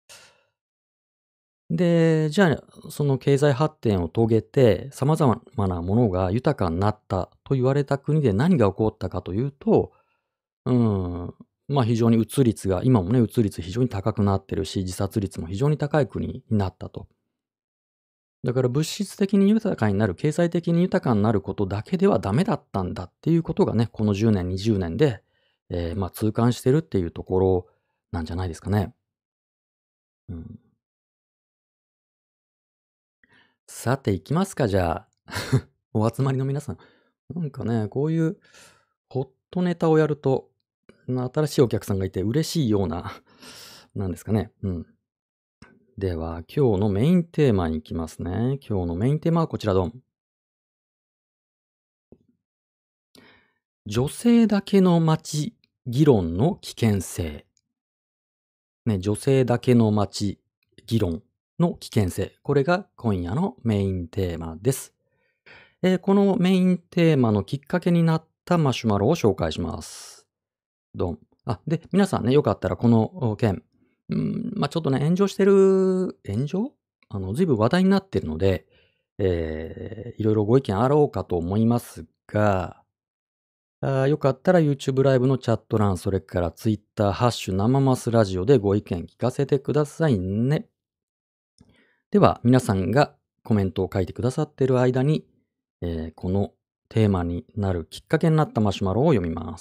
で、じゃあ、その経済発展を遂げて、様々なものが豊かになったと言われた国で何が起こったかというと、うん、まあ非常にうつ率が、今もね、うつ率非常に高くなってるし、自殺率も非常に高い国になったと。だから物質的に豊かになる、経済的に豊かになることだけではダメだったんだっていうことがね、このじゅうねん、にじゅうねんで、えーまあ痛感してるっていうところなんじゃないですかね。うん。さて行きますか、じゃあ。お集まりの皆さん。なんかね、こういうホットネタをやると、な新しいお客さんがいて嬉しいような、なんですかね。うん。では、今日のメインテーマに行きますね。今日のメインテーマはこちらどん。女性だけの街議論の危険性。 ね、女性だけの街議論の危険性。これが今夜のメインテーマです。えーこのメインテーマのきっかけになったマシュマロを紹介します。どん。あ、で、皆さんね、よかったらこの件、うん、まあ、ちょっとね、炎上してる、炎上あの、ずいぶん話題になってるので、えーいろいろご意見あろうかと思いますが、あーよかったら YouTube ライブのチャット欄、それから Twitter、ハッシュ生マスラジオでご意見聞かせてくださいね。では、皆さんがコメントを書いてくださっている間に、えーこのテーマになるきっかけになったマシュマロを読みます。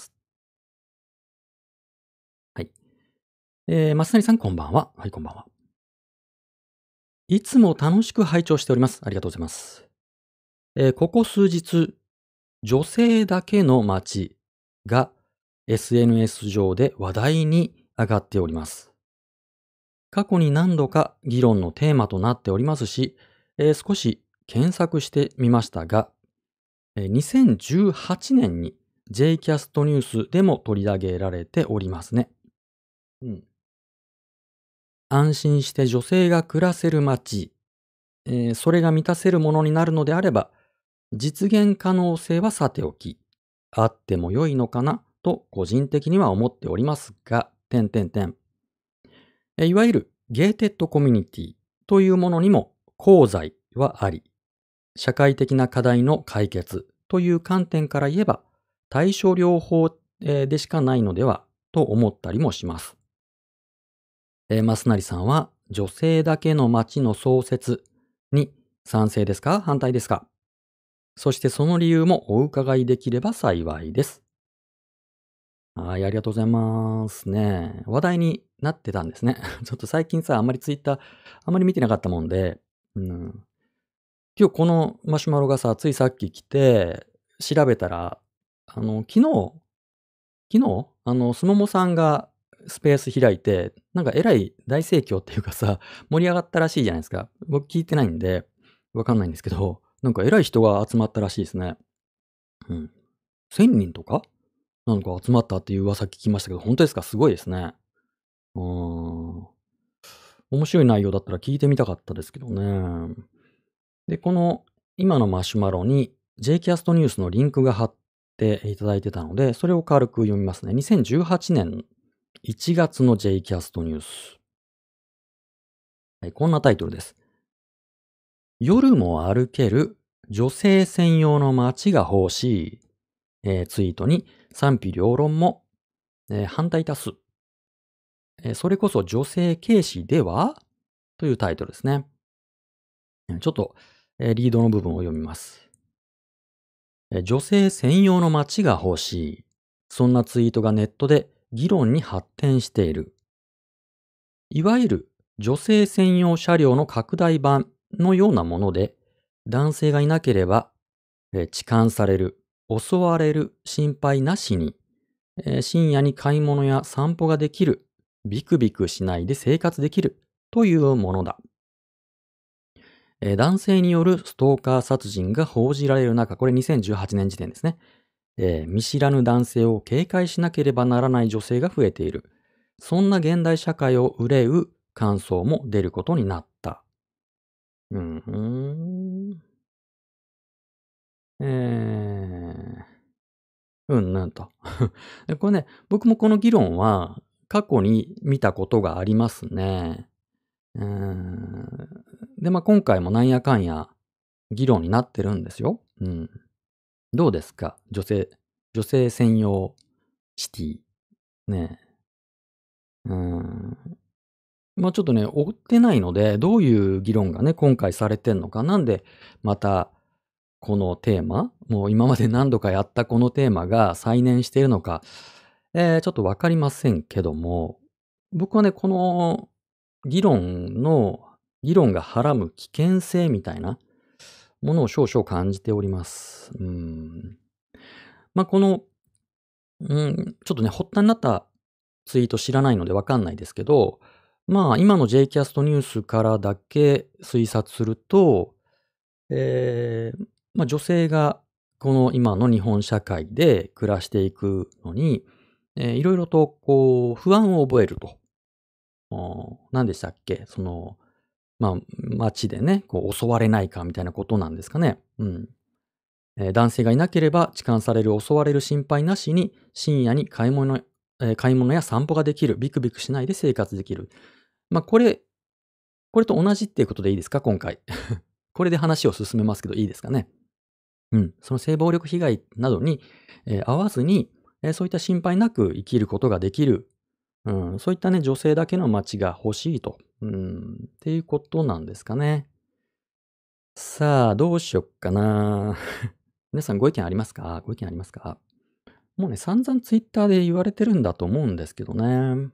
はい。えー、増谷さん、こんばんは。はい、こんばんは。いつも楽しく拝聴しております。ありがとうございます。えーここ数日、女性だけの街が エスエヌエス 上で話題に上がっております。過去に何度か議論のテーマとなっておりますし、えー少し検索してみましたが、えーにせんじゅうはちねんに ジェイキャスト ニュースでも取り上げられておりますね。うん、安心して女性が暮らせる街、えーそれが満たせるものになるのであれば、実現可能性はさておき、あっても良いのかなと個人的には思っておりますが、点点点。えいわゆるゲーテッドコミュニティというものにも功罪はあり、社会的な課題の解決という観点から言えば、対処療法えーでしかないのではと思ったりもします。えー、増成さんは女性だけの街の創設に賛成ですか、反対ですか？そしてその理由もお伺いできれば幸いです。はい、ありがとうございますね。話題になってたんですね。ちょっと最近さ、あんまりツイッター、あんまり見てなかったもんで、うん。今日このマシュマロがさ、ついさっき来て、調べたら、あの、昨日、昨日、あの、すももさんがスペース開いて、なんかえらい大盛況っていうかさ、盛り上がったらしいじゃないですか。僕聞いてないんで、わかんないんですけど、なんかえらい人が集まったらしいですね。うん。せんにんとかなんか集まったっていう噂聞きましたけど、本当ですか？すごいですね。うーん。面白い内容だったら聞いてみたかったですけどね。で、この今のマシュマロに ジェイキャスト ニュースのリンクが貼っていただいてたので、それを軽く読みますね。にせんじゅうはちねんいちがつの ジェイキャスト ニュース。はい、こんなタイトルです。夜も歩ける女性専用の街が欲しい、えーツイートに賛否両論も、えー反対多数。えーそれこそ女性軽視ではというタイトルですね。ちょっと、えーリードの部分を読みます。えー女性専用の街が欲しい。そんなツイートがネットで議論に発展している。いわゆる女性専用車両の拡大版のようなもので、男性がいなければ、えー痴漢される、襲われる心配なしに、えー深夜に買い物や散歩ができる、ビクビクしないで生活できるというものだ。えー男性によるストーカー殺人が報じられる中、これにせんじゅうはちねん時点ですね。えー見知らぬ男性を警戒しなければならない女性が増えている。そんな現代社会を憂う感想も出ることになった。うーん。えー、うんなんと。でこれね、僕もこの議論は過去に見たことがありますね。うーん。で、まあ今回もなんやかんや議論になってるんですよ。うん。どうですか？女性、女性専用シティ。ねえ。うーん。まあちょっとね、追ってないので、どういう議論がね、今回されてんのか。なんで、また、このテーマ、もう今まで何度かやったこのテーマが再燃しているのか、えーちょっとわかりませんけども、僕はね、この議論の、議論がはらむ危険性みたいなものを少々感じております。うん。まあこの、うん、ちょっとね、発端になったツイート知らないのでわかんないですけど、まあ、今の ジェイキャスト ニュースからだけ推察すると、えーまあ、女性がこの今の日本社会で暮らしていくのに、えーいろいろとこう不安を覚えると。 お何でしたっけその、まあ、街でね、こう襲われないかみたいなことなんですかね。うん。えー男性がいなければ痴漢される、襲われる心配なしに、深夜に買い物、えー買い物や散歩ができる、ビクビクしないで生活できる。まあ、これ、これと同じっていうことでいいですか今回。これで話を進めますけどいいですかね。うん。その性暴力被害などに、えー合わずに、えーそういった心配なく生きることができる。うん。そういったね、女性だけの街が欲しいと。うん。っていうことなんですかね。さあ、どうしよっかな。皆さんご意見ありますかご意見ありますか？もうね、散々ツイッターで言われてるんだと思うんですけどね。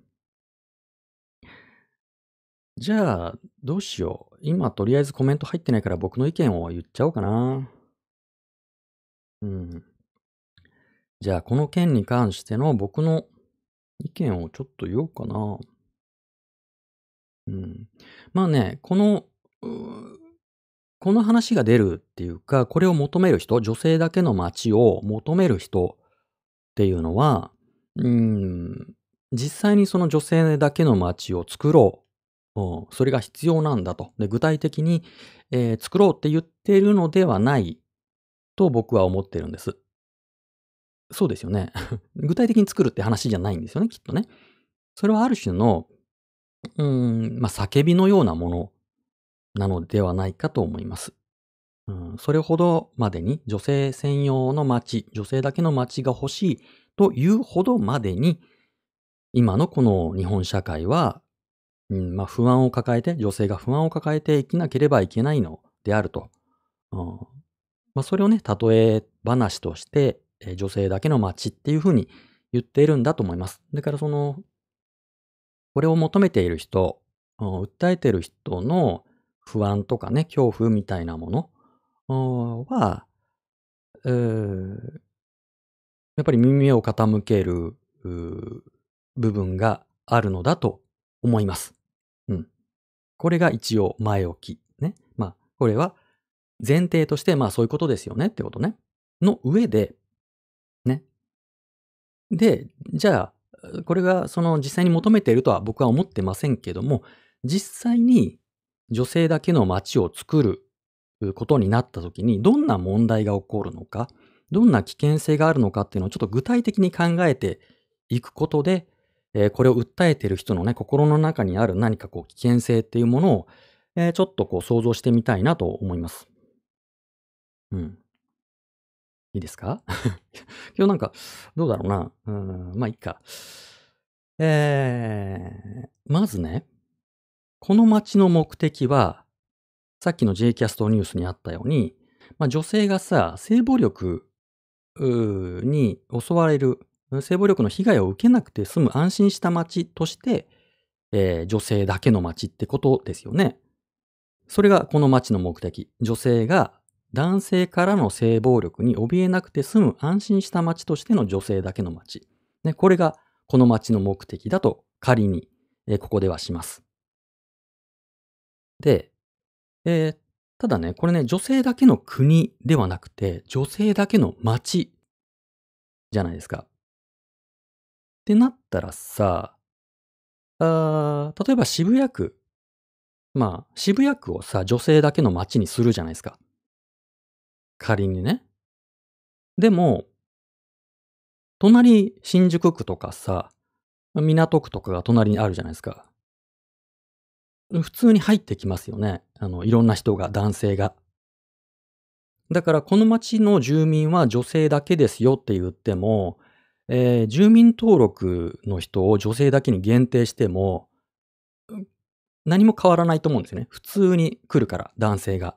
じゃあ、どうしよう。今とりあえずコメント入ってないから僕の意見を言っちゃおうかな。うん。じゃあ、この件に関しての僕の意見をちょっと言おうかな。うん。まあね、この、うーこの話が出るっていうか、これを求める人、女性だけの街を求める人っていうのは、うーん、実際にその女性だけの街を作ろう。うん、それが必要なんだと。で、具体的に、えー作ろうって言っているのではないと僕は思ってるんです。そうですよね。具体的に作るって話じゃないんですよね、きっとね。それはある種の、うーん、まあ、叫びのようなものなのではないかと思います。うん、それほどまでに女性専用の街、女性だけの街が欲しいというほどまでに、今のこの日本社会は、うん、まあ、不安を抱えて、女性が不安を抱えて生きなければいけないのであると。うん、まあ、それをね、例え話として、え、女性だけの街っていう風に言っているんだと思います。だからその、これを求めている人、うん、訴えている人の不安とかね、恐怖みたいなもの、うんは、うーやっぱり耳を傾ける、うー部分があるのだと思います。うん。これが一応前置き。ね。まあ、これは前提として、まあそういうことですよねってことね。の上で、ね。で、じゃあ、これがその実際に求めているとは僕は思ってませんけども、実際に女性だけの街を作ることになった時に、どんな問題が起こるのか、どんな危険性があるのかっていうのをちょっと具体的に考えていくことで、えーこれを訴えている人のね、心の中にある何かこう危険性っていうものを、えーちょっとこう想像してみたいなと思います。うん。いいですか？今日なんか、どうだろうな。うーん、まあいいか。えー、まずね、この街の目的は、さっきの J キャストニュースにあったように、まあ、女性がさ、性暴力うーに襲われる、性暴力の被害を受けなくて済む安心した街として、えー女性だけの街ってことですよね。それがこの街の目的。女性が男性からの性暴力に怯えなくて済む安心した街としての女性だけの街。ね、これがこの街の目的だと仮に、えーここではします。で、えーただね、これね、女性だけの国ではなくて、女性だけの街じゃないですか。ってなったらさ、あー例えば渋谷区。まあ、渋谷区をさ、女性だけの街にするじゃないですか。仮にね。でも、隣新宿区とかさ、港区とかが隣にあるじゃないですか。普通に入ってきますよね。あの、いろんな人が、男性が。だからこの町の住民は女性だけですよって言っても、えー住民登録の人を女性だけに限定しても、何も変わらないと思うんですよね。普通に来るから、男性が。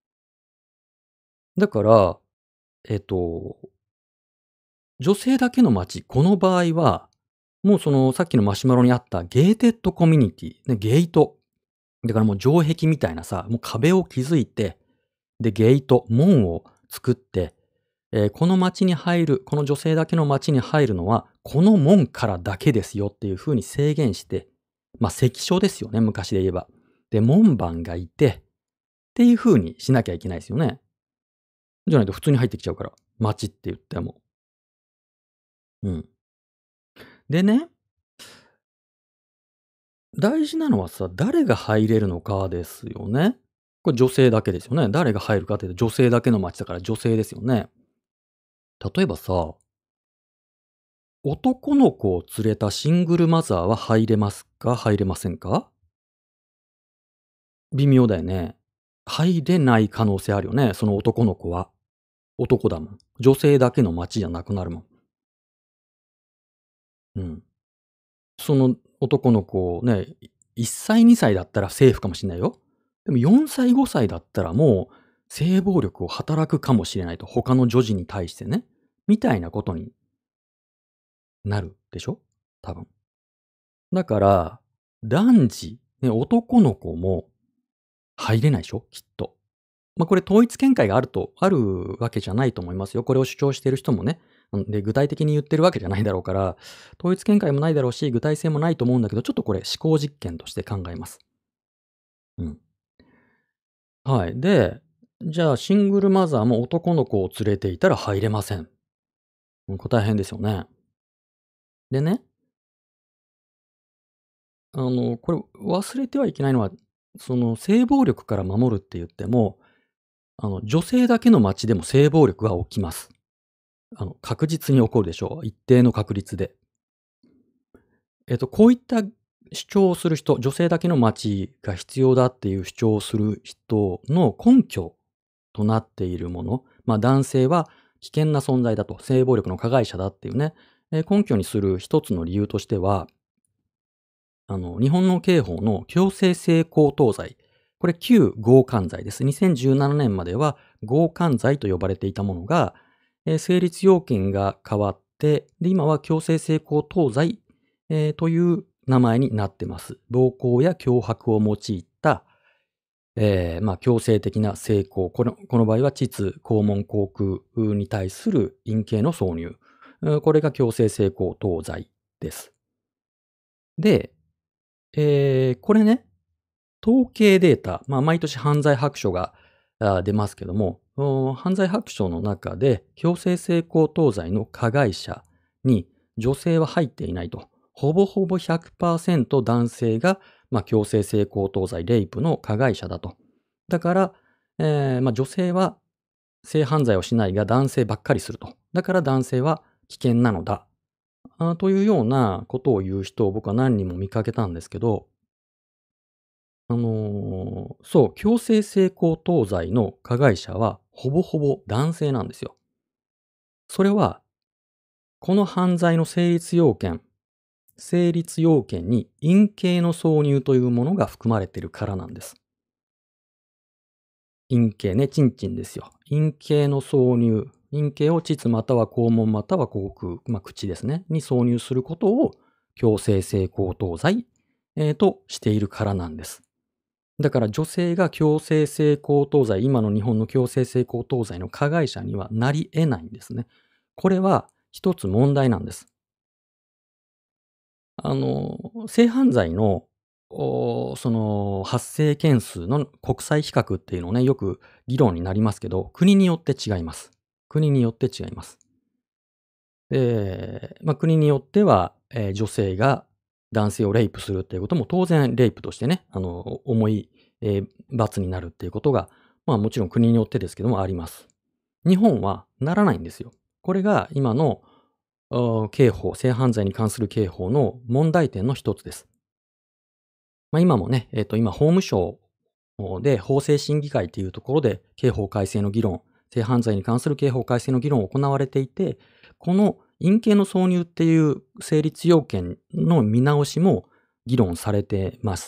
だから、えっと、女性だけの街、この場合は、もうそのさっきのマシュマロにあったゲーテッドコミュニティ、ね、ゲート。だからもう城壁みたいなさ、もう壁を築いて、で、ゲート、門を作って、えーこの街に入る、この女性だけの街に入るのは、この門からだけですよっていう風に制限して、まあ関所ですよね、昔で言えば。で、門番がいて、っていう風にしなきゃいけないですよね。じゃないと普通に入ってきちゃうから。街って言っても。うん。でね、 大事なのはさ、誰が入れるのかですよね。これ女性だけですよね。誰が入るかっていうと女性だけの街だから女性ですよね。例えばさ、男の子を連れたシングルマザーは入れますか入れませんか？微妙だよね。入れない可能性あるよね、その男の子は。男だもん。女性だけの街じゃなくなるもん。うん。その男の子ね、いっさい、にさいだったらセーフかもしんないよ。でもよんさい、ごさいだったらもう性暴力を働くかもしれないと、他の女児に対してね。みたいなことになるでしょ？多分。だから、男児、ね、男の子も入れないでしょ？きっと。ま、これ統一見解があるとあるわけじゃないと思いますよ。これを主張している人もね。うん、で、具体的に言ってるわけじゃないだろうから、統一見解もないだろうし、具体性もないと思うんだけど、ちょっとこれ思考実験として考えます。うん。はい。で、じゃあシングルマザーも男の子を連れていたら入れません。うん、これ大変ですよね。でね、あの、これ忘れてはいけないのは、その性暴力から守るって言っても、あの、女性だけの街でも性暴力が起きます。あの、確実に起こるでしょう。一定の確率で。えっと、こういった主張をする人、女性だけの街が必要だっていう主張をする人の根拠となっているもの、まあ、男性は危険な存在だと、性暴力の加害者だっていうね、えー根拠にする一つの理由としては、あの、日本の刑法の強制性交等罪。これ旧強姦罪です。にせんじゅうななねんまでは強姦罪と呼ばれていたものが、えー成立要件が変わって、で、今は強制性交等罪、えーという名前になってます。暴行や脅迫を用いた、えーまあ、強制的な性交。この、この場合は、膣、肛門、口腔に対する陰茎の挿入。うんこれが強制性交等罪です。で、えーこれね、統計データ、まあ、毎年犯罪白書があ出ますけども、お犯罪白書の中で強制性交等罪の加害者に女性は入っていないと。ほぼほぼひゃくパーセント男性が、まあ、強制性交等罪、レイプの加害者だと。だから、えーまあ、女性は性犯罪をしないが男性ばっかりすると。だから男性は危険なのだ。あというようなことを言う人を僕は何人も見かけたんですけど、あの、そう、強制性交等罪の加害者はほぼほぼ男性なんですよ。それは、この犯罪の成立要件、成立要件に陰茎の挿入というものが含まれているからなんです。陰茎ね、チンチンですよ。陰茎の挿入、陰茎を膣または肛門または口腔、まあ、口ですね、に挿入することを強制性交等罪、えーとしているからなんです。だから女性が強制性交等罪、今の日本の強制性交等罪の加害者にはなり得ないんですね。これは一つ問題なんです。あの、性犯罪の、おその発生件数の国際比較っていうのをね、よく議論になりますけど、国によって違います。国によって違います。で、まあ、国によっては、えー女性が男性をレイプするっていうことも当然レイプとしてね、あの、重い、えー罰になるっていうことが、まあもちろん国によってですけどもあります。日本はならないんですよ。これが今のあ刑法、性犯罪に関する刑法の問題点の一つです。まあ、今もね、えっ、と今法務省で法制審議会っていうところで刑法改正の議論、性犯罪に関する刑法改正の議論を行われていて、この陰茎の挿入っていう成立要件の見直しも議論されてます。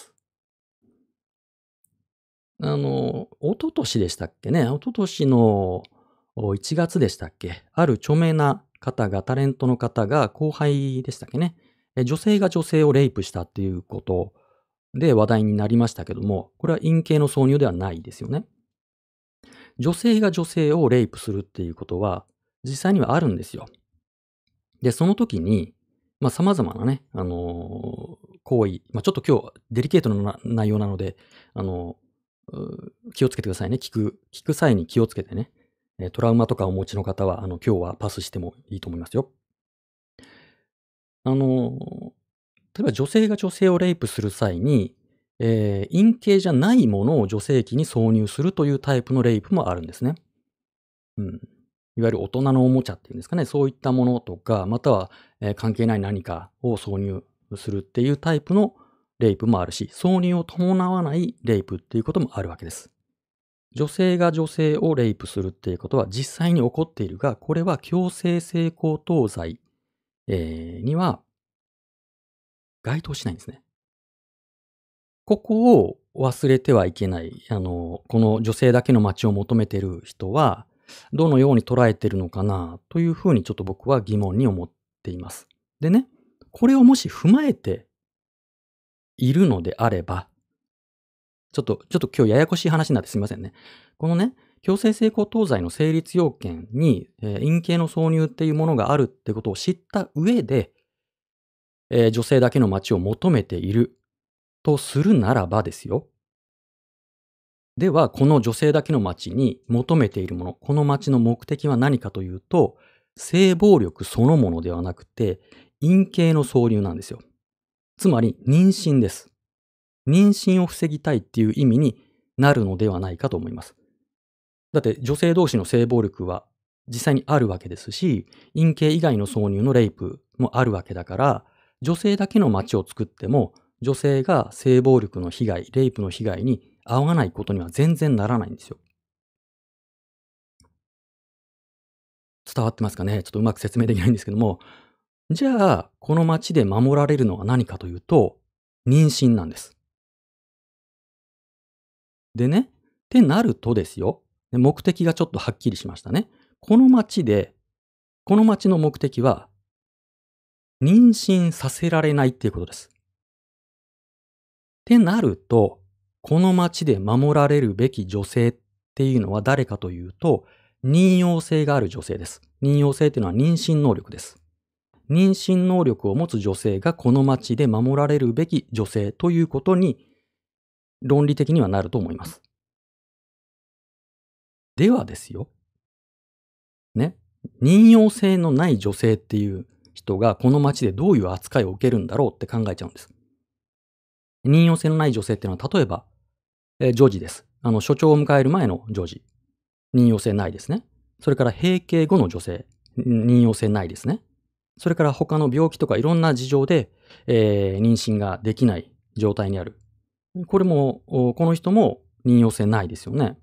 あの、一昨年でしたっけね、一昨年のおいちがつでしたっけ、ある著名な方が、タレントの方が後輩でしたっけね、え女性が女性をレイプしたっていうことで話題になりましたけども、これは陰茎の挿入ではないですよね。女性が女性をレイプするっていうことは、実際にはあるんですよ。で、その時に、まあ、様々なね、あの、行為、まあ、ちょっと今日デリケートなな内容なので、あの、う気をつけてくださいね。聞く聞く際に気をつけてね。え、トラウマとかお持ちの方は、あの、今日はパスしてもいいと思いますよ。あの、 例えば女性が女性をレイプする際に、えー陰茎じゃないものを女性器に挿入するというタイプのレイプもあるんですね。うん。いわゆる大人のおもちゃっていうんですかね、そういったものとか、または、えー関係ない何かを挿入するっていうタイプのレイプもあるし、挿入を伴わないレイプっていうこともあるわけです。女性が女性をレイプするっていうことは実際に起こっているが、これは強制性交等罪、えーには該当しないんですね。ここを忘れてはいけない。あの、この女性だけの街を求めている人は、どのように捉えているのかなというふうにちょっと僕は疑問に思っています。でね、これをもし踏まえているのであれば、ちょっと、ちょっと今日ややこしい話になってすみませんね。このね、強制性交等罪の成立要件に、えー陰茎の挿入っていうものがあるってことを知った上で、えー女性だけの街を求めているとするならばですよ。では、この女性だけの街に求めているもの、この街の目的は何かというと、性暴力そのものではなくて、陰茎の挿入なんですよ。つまり、妊娠です。妊娠を防ぎたいっていう意味になるのではないかと思います。だって女性同士の性暴力は実際にあるわけですし、陰茎以外の挿入のレイプもあるわけだから、女性だけの街を作っても、女性が性暴力の被害、レイプの被害に遭わないことには全然ならないんですよ。伝わってますかね？ちょっとうまく説明できないんですけども、じゃあ、この街で守られるのは何かというと、妊娠なんです。でね、ってなるとですよ、目的がちょっとはっきりしましたね。この街で、この街の目的は、妊娠させられないっていうことです。ってなると、この街で守られるべき女性っていうのは誰かというと、妊用性がある女性です。妊用性っていうのは妊娠能力です。妊娠能力を持つ女性がこの街で守られるべき女性ということに論理的にはなると思います。ではですよ、ね、妊用性のない女性っていう人がこの街でどういう扱いを受けるんだろうって考えちゃうんです。妊用性のない女性っていうのは例えば、えー女児です。あの、所長を迎える前の女児。妊用性ないですね。それから閉経後の女性。ん妊用性ないですね。それから他の病気とかいろんな事情で、えー妊娠ができない状態にある。これも、おこの人も妊用性ないですよね。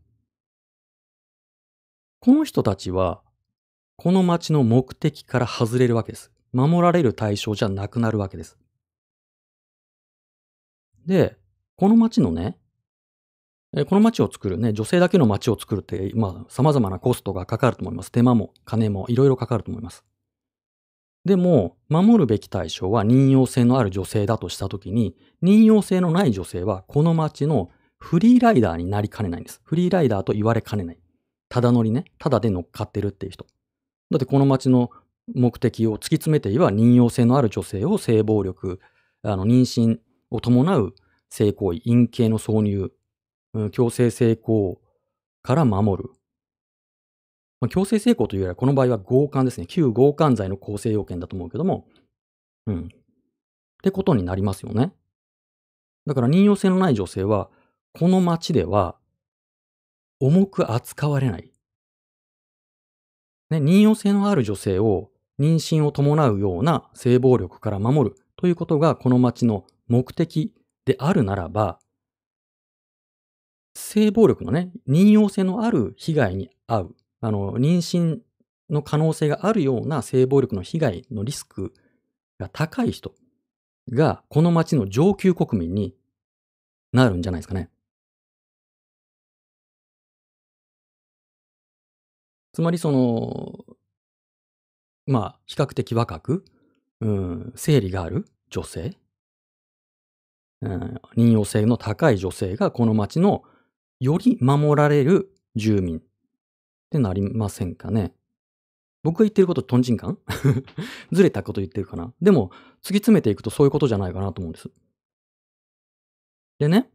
この人たちは、この町の目的から外れるわけです。守られる対象じゃなくなるわけです。で、この町のね、え、この町を作るね、女性だけの町を作るって、まあ、様々なコストがかかると思います。手間も金もいろいろかかると思います。でも、守るべき対象は妊用性のある女性だとしたときに、妊用性のない女性はこの町のフリーライダーになりかねないんです。フリーライダーと言われかねない。ただ乗りね、ただで乗っかってるっていう人。だってこの町の目的を突き詰めて言えば、妊用性のある女性を性暴力、あの、妊娠を伴う性行為、陰茎の挿入、うん、強制性交から守る。まあ、強制性交というよりは、この場合は強姦ですね。旧強姦罪の構成要件だと思うけども、うん。ってことになりますよね。だから妊用性のない女性は、この町では重く扱われない。ね、妊用性のある女性を妊娠を伴うような性暴力から守るということがこの町の目的であるならば、性暴力のね、妊用性のある被害に遭う、あの、妊娠の可能性があるような性暴力の被害のリスクが高い人が、この町の上級国民になるんじゃないですかね。つまりその、まあ、比較的若く、うん、生理がある女性、うん、妊用性の高い女性がこの町のより守られる住民ってなりませんかね。僕が言ってることトンチンカンずれたこと言ってるかな。でも、突き詰めていくとそういうことじゃないかなと思うんです。でね、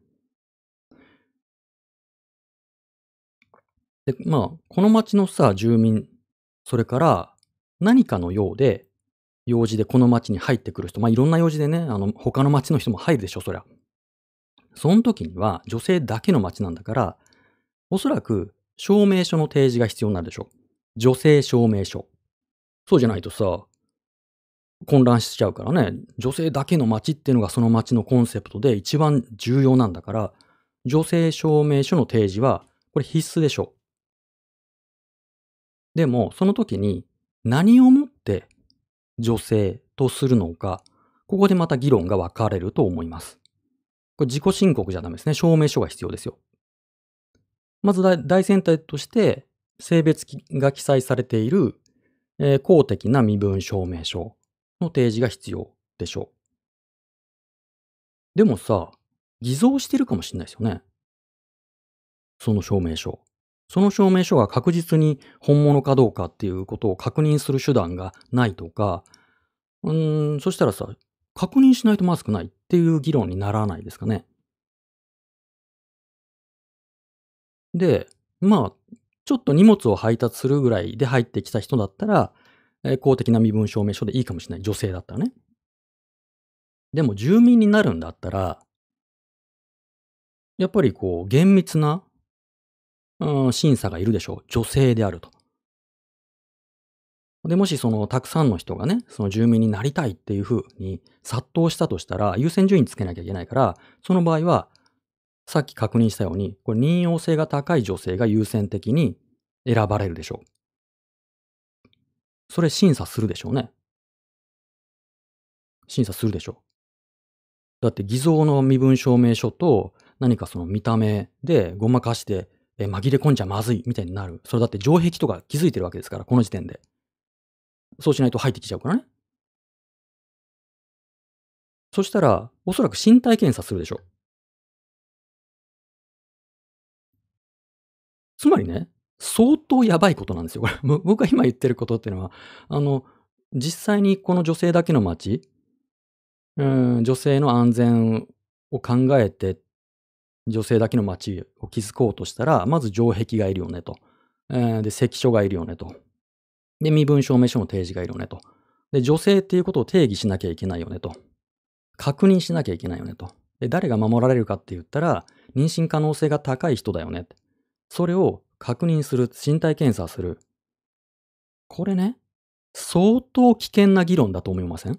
で、まあ、この町のさ、住民、それから何かのようで、 用事でこの町に入ってくる人、まあ、いろんな用事でね、あの、他の町の人も入るでしょ、そりゃ。その時には女性だけの町なんだから、おそらく証明書の提示が必要になるでしょ。女性証明書。そうじゃないとさ、混乱しちゃうからね。女性だけの町っていうのがその町のコンセプトで一番重要なんだから、女性証明書の提示は、これ必須でしょ。でも、その時に何をもって女性とするのか、ここでまた議論が分かれると思います。これ自己申告じゃダメですね。証明書が必要ですよ。まず大大前提として、性別が記載されている、えー公的な身分証明書の提示が必要でしょう。でもさ、偽造してるかもしれないですよね。その証明書。その証明書が確実に本物かどうかっていうことを確認する手段がないとか、うーん、そしたらさ、確認しないとまずくないっていう議論にならないですかね。で、まあ、ちょっと荷物を配達するぐらいで入ってきた人だったら、えー公的な身分証明書でいいかもしれない。女性だったらね。でも住民になるんだったら、やっぱりこう、厳密な、うん、審査がいるでしょう。女性であると。で、もしそのたくさんの人がね、その住民になりたいっていう風に殺到したとしたら、優先順位つけなきゃいけないから、その場合は、さっき確認したように、これ任用性が高い女性が優先的に選ばれるでしょう。それ審査するでしょうね。審査するでしょう。だって偽造の身分証明書と何かその見た目でごまかして、え、紛れ込んじゃまずいみたいになる。それだって城壁とか気づいてるわけですから、この時点で。そうしないと入ってきちゃうからね。そしたら、おそらく身体検査するでしょう。つまりね、相当やばいことなんですよ。これ、ぼ僕が今言ってることっていうのは、あの、実際にこの女性だけの街、うーん、女性の安全を考えて、女性だけの街を築こうとしたら、まず城壁がいるよねと。えーで、関所がいるよねと。で、身分証明書の提示がいるよねと。で、女性っていうことを定義しなきゃいけないよねと。確認しなきゃいけないよねと。で、誰が守られるかって言ったら、妊娠可能性が高い人だよね。それを確認する、身体検査する。これね、相当危険な議論だと思いません？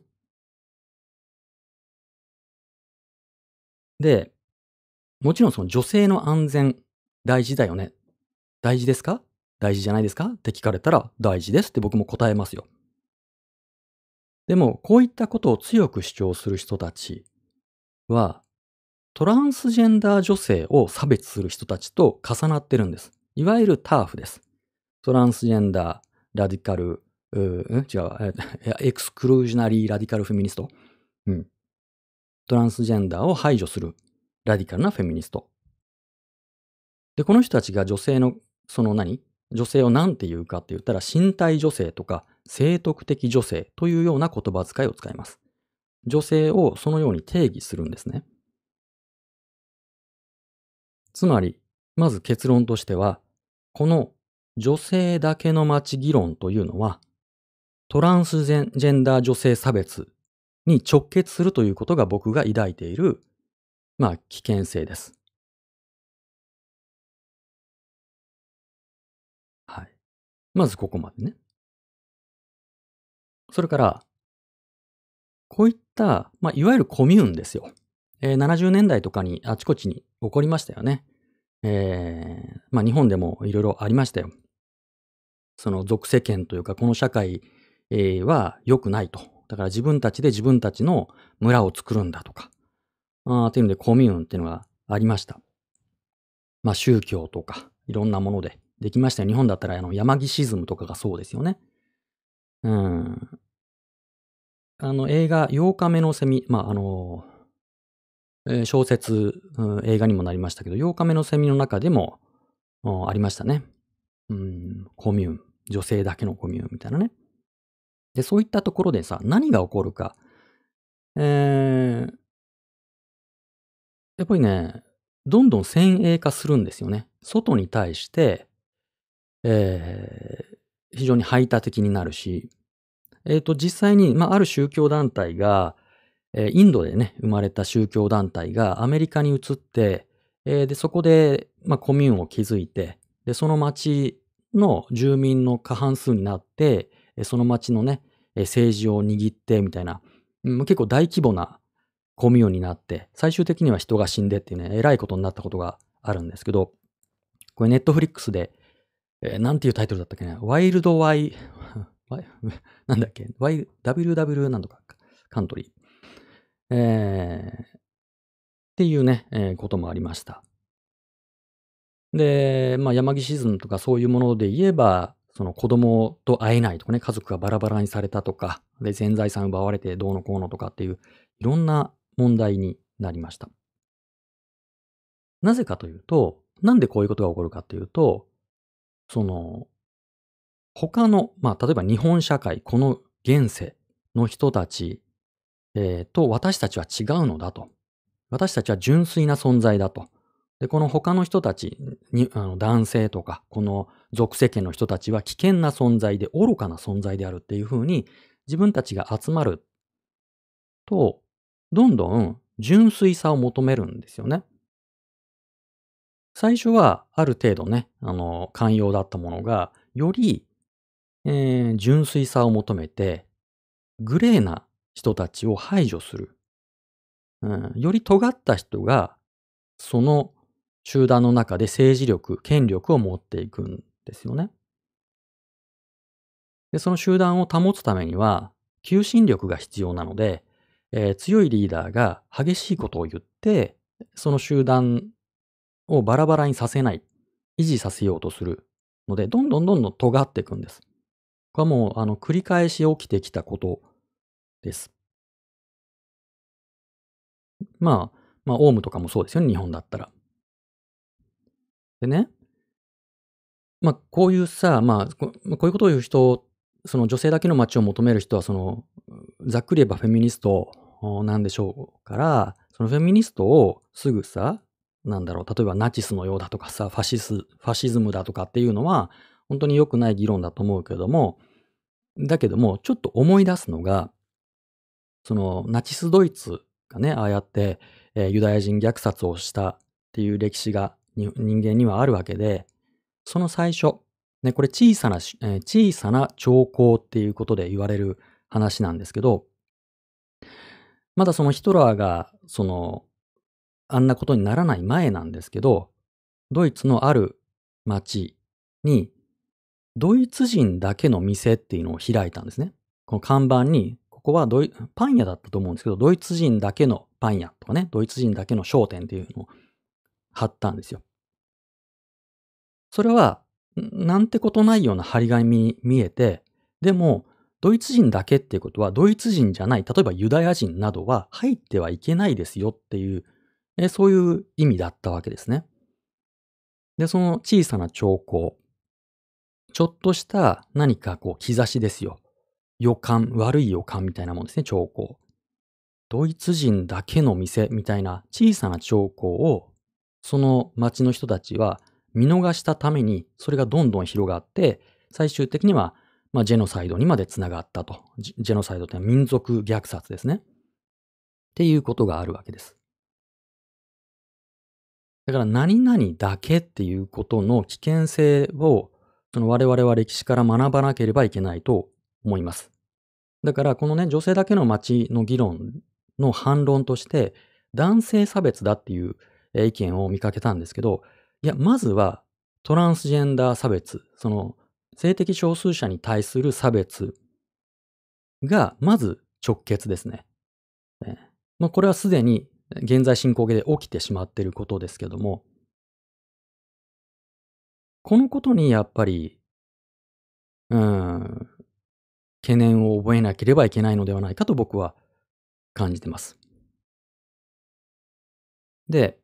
で、もちろんその女性の安全、大事だよね。大事ですか？大事じゃないですか？って聞かれたら、大事ですって僕も答えますよ。でも、こういったことを強く主張する人たちは、トランスジェンダー女性を差別する人たちと重なってるんです。いわゆるターフです。トランスジェンダー、ラディカル、うーん、違う、えエクスクルージョナリーラディカルフェミニスト。うん。トランスジェンダーを排除するラディカルなフェミニスト。で、この人たちが女性の、その何女性を何て言うかって言ったら、身体女性とか性徳的女性というような言葉遣いを使います。女性をそのように定義するんですね。つまり、まず結論としては、この女性だけの街議論というのは、トランスジェンダー女性差別に直結するということが僕が抱いている、まあ、危険性です。はい。まずここまでね。それから、こういった、まあ、いわゆるコミューンですよ。えーななじゅうねんだいとかにあちこちに起こりましたよね。えーまあ、日本でもいろいろありましたよ。その属世間というか、この社会、えーは良くないと。だから自分たちで自分たちの村を作るんだとか、あーっていうのでコミューンっていうのがありました。まあ、宗教とか、いろんなものでできましたよ。日本だったらあの山岸シズムとかがそうですよね。うん。あの映画、ようかめのセミ、まあ、あの、えー小説、うん、映画にもなりましたけど、ようかめのセミの中でも、あありましたね。うん、コミューン。女性だけのコミューンみたいなね。で、そういったところでさ、何が起こるか。えー、やっぱりね、どんどん先鋭化するんですよね。外に対して、えー非常に排他的になるし、 えっと、実際に、まあ、ある宗教団体が、えーインドでね、生まれた宗教団体がアメリカに移って、えーで、そこで、まあ、コミューンを築いて、で、その町の住民の過半数になって、えーその町のね、えー政治を握ってみたいな、うん結構大規模なコミューンになって、最終的には人が死んでっていうね、えらいことになったことがあるんですけど、これネットフリックスで、えーなんていうタイトルだったっけね、ワイルドワイ、ワイなんだっけ、ワイ、ダブリューダブリュー なんとかカントリー。えーっていうね、えーこともありました。で、まあ、山岸シズムとかそういうもので言えば、その子供と会えないとかね、家族がバラバラにされたとか、で、全財産奪われてどうのこうのとかっていう、いろんな問題になりました。なぜかというと、なんでこういうことが起こるかというと、その、他の、まあ、例えば日本社会、この現世の人たち、えーと私たちは違うのだと。私たちは純粋な存在だと。で、この他の人たちに、あの男性とか、この属世間の人たちは危険な存在で愚かな存在であるっていうふうに自分たちが集まると、どんどん純粋さを求めるんですよね。最初はある程度ね、あの、寛容だったものが、より、えー純粋さを求めて、グレーな人たちを排除する。うん、より尖った人が、その集団の中で政治力、権力を持っていくんですよね。で、その集団を保つためには、求心力が必要なので、えー強いリーダーが激しいことを言って、その集団をバラバラにさせない、維持させようとするので、どんどんどんどん尖っていくんです。これはもう、あの、繰り返し起きてきたことです。まあ、まあ、オウムとかもそうですよね、日本だったら。でね、まあ、こういうさ、まあ、こまこういうことを言う人、その女性だけの街を求める人は、その、ざっくり言えばフェミニストなんでしょうから、そのフェミニストをすぐさ、なんだろう、例えばナチスのようだとかさ、ファシス、ファシズムだとかっていうのは、本当に良くない議論だと思うけれども、だけども、ちょっと思い出すのが、そのナチスドイツがね、ああやって、えーユダヤ人虐殺をしたっていう歴史がに人間にはあるわけで、その最初、ね、これ小さなし、えー小さな兆候っていうことで言われる話なんですけど、まだそのヒトラーが、その、あんなことにならない前なんですけど、ドイツのある町に、ドイツ人だけの店っていうのを開いたんですね。この看板に、ここはドイパン屋だったと思うんですけど、ドイツ人だけのパン屋とかね、ドイツ人だけの商店っていうのを貼ったんですよ。それは、んなんてことないような張り紙に見えて、でも、ドイツ人だけっていうことは、ドイツ人じゃない、例えばユダヤ人などは入ってはいけないですよっていう、えそういう意味だったわけですね。で、その小さな兆候、ちょっとした何かこう兆しですよ。予感、悪い予感みたいなもんですね、兆候。ドイツ人だけの店みたいな小さな兆候を、その町の人たちは見逃したために、それがどんどん広がって、最終的には、まあ、ジェノサイドにまでつながったと。ジジェノサイドってのは民族虐殺ですね。っていうことがあるわけです。だから何々だけっていうことの危険性を、その我々は歴史から学ばなければいけないと思います。だからこのね、女性だけの街の議論の反論として、男性差別だっていうえー意見を見かけたんですけど、いや、まずはトランスジェンダー差別、その性的少数者に対する差別がまず直結ですね。えーまあ、これはすでに現在進行形で起きてしまっていることですけども、このことにやっぱり、うーん、懸念を覚えなければいけないのではないかと僕は感じてます。で、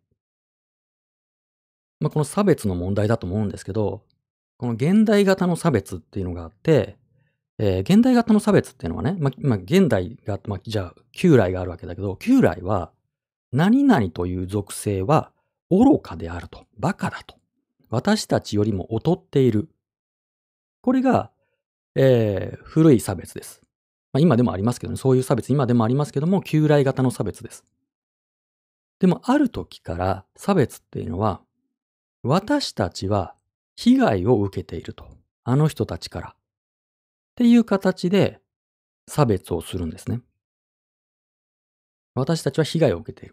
まあ、この差別の問題だと思うんですけど、この現代型の差別っていうのがあって、えー現代型の差別っていうのはね、まあまあ、現代が、まあ、じゃあ、旧来があるわけだけど、旧来は、何々という属性は愚かであると、バカだと。私たちよりも劣っている。これが、えー古い差別です。 まあ、今でもありますけどね、そういう差別今でもありますけども、旧来型の差別です。でもある時から差別っていうのは、私たちは被害を受けていると。あの人たちから。っていう形で差別をするんですね。私たちは被害を受けている。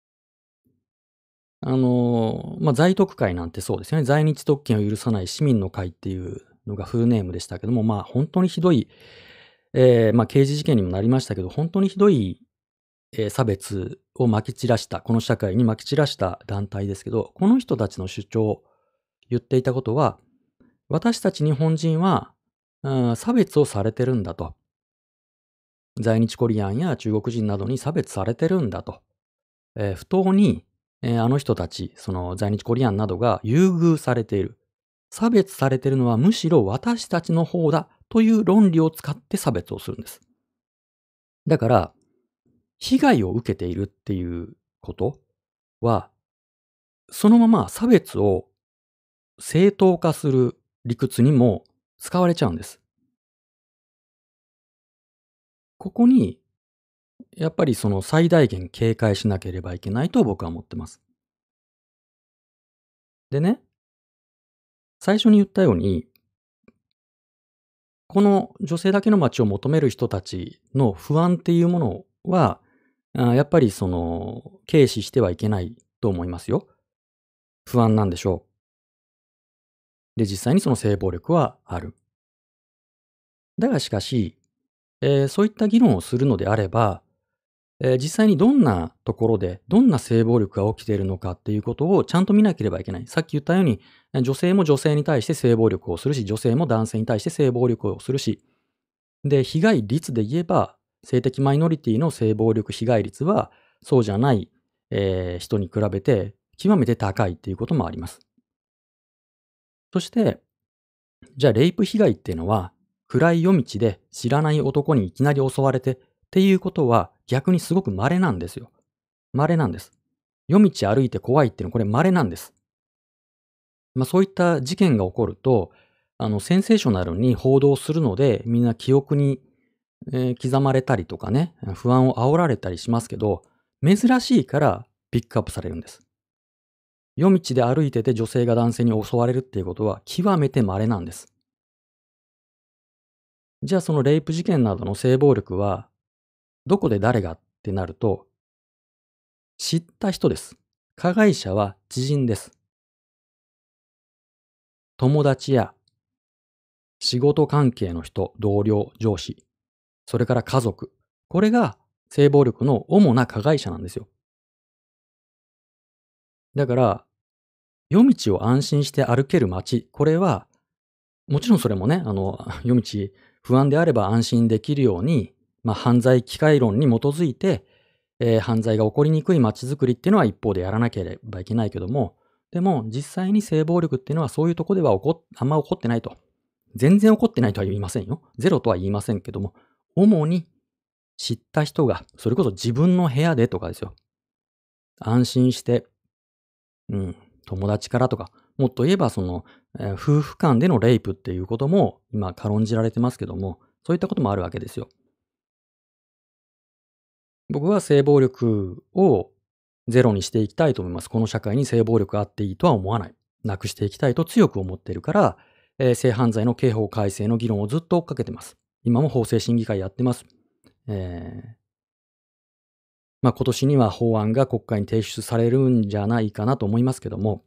あの、まあ、在特会なんてそうですよね。在日特権を許さない市民の会っていうのがフルネームでしたけども、まあ、本当にひどい、えーまあ、刑事事件にもなりましたけど、本当にひどい、えー差別をまき散らした、この社会にまき散らした団体ですけど、この人たちの主張、言っていたことは、私たち日本人は、うん、差別をされてるんだと。在日コリアンや中国人などに差別されてるんだと。えー不当に、えーあの人たち、その在日コリアンなどが優遇されている。差別されているのはむしろ私たちの方だという論理を使って差別をするんです。だから、被害を受けているっていうことは、そのまま差別を正当化する理屈にも使われちゃうんです。ここに、やっぱりその最大限警戒しなければいけないと僕は思ってます。でね、最初に言ったように、この女性だけの街を求める人たちの不安っていうものは、あやっぱりその、軽視してはいけないと思いますよ。不安なんでしょう。で、実際にその性暴力はある。だがしかし、えーそういった議論をするのであれば、えー実際にどんなところで、どんな性暴力が起きているのかっていうことをちゃんと見なければいけない。さっき言ったように、えー女性も女性に対して性暴力をするし、女性も男性に対して性暴力をするし、で、被害率で言えば、性的マイノリティの性暴力被害率は、そうじゃない、えー人に比べて極めて高いっていうこともあります。そして、じゃあレイプ被害っていうのは、暗い夜道で知らない男にいきなり襲われてっていうことは逆にすごく稀なんですよ。稀なんです。夜道歩いて怖いっていうのはこれ稀なんです。まあそういった事件が起こると、あの、センセーショナルに報道するので、みんな記憶に、えー刻まれたりとかね、不安を煽られたりしますけど、珍しいからピックアップされるんです。夜道で歩いてて女性が男性に襲われるっていうことは極めて稀なんです。じゃあそのレイプ事件などの性暴力は、どこで誰がってなると、知った人です。加害者は知人です。友達や仕事関係の人、同僚、上司、それから家族。これが性暴力の主な加害者なんですよ。だから、夜道を安心して歩ける街、これは、もちろんそれもね、あの、夜道不安であれば安心できるように、まあ、犯罪機会論に基づいて、えー犯罪が起こりにくい街づくりっていうのは一方でやらなければいけないけども、でも実際に性暴力っていうのはそういうとこでは起こあんま起こってないと。全然起こってないとは言いませんよ。ゼロとは言いませんけども、主に知った人が、それこそ自分の部屋でとかですよ。安心して、うん、友達からとか、もっと言えばその、えー夫婦間でのレイプっていうことも今軽んじられてますけども、そういったこともあるわけですよ。僕は性暴力をゼロにしていきたいと思います。この社会に性暴力があっていいとは思わない。なくしていきたいと強く思っているから、えー性犯罪の刑法改正の議論をずっと追っかけてます。今も法制審議会やってます。えーまあ、今年には法案が国会に提出されるんじゃないかなと思いますけども、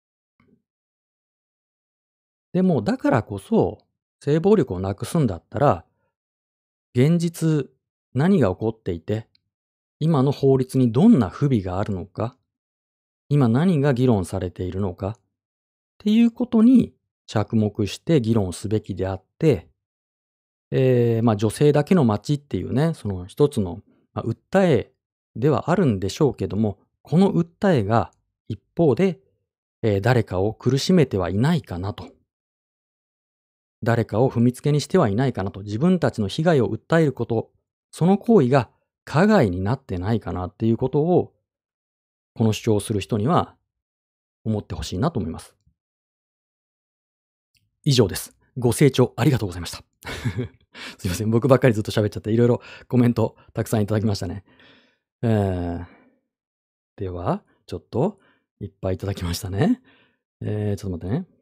でもだからこそ性暴力をなくすんだったら、現実何が起こっていて、今の法律にどんな不備があるのか、今何が議論されているのかっていうことに着目して議論すべきであって、えーまあ、女性だけの街っていうね、その一つの、まあ、訴えではあるんでしょうけども、この訴えが一方で、えー誰かを苦しめてはいないかなと。誰かを踏みつけにしてはいないかなと。自分たちの被害を訴えること、その行為が加害になってないかなっていうことを、この主張をする人には思ってほしいなと思います。以上です。ご清聴ありがとうございました。 すいません。僕ばっかりずっと喋っちゃって、いろいろコメントたくさんいただきましたね。えー、では、ちょっといっぱいいただきましたね。えー、ちょっと待ってね。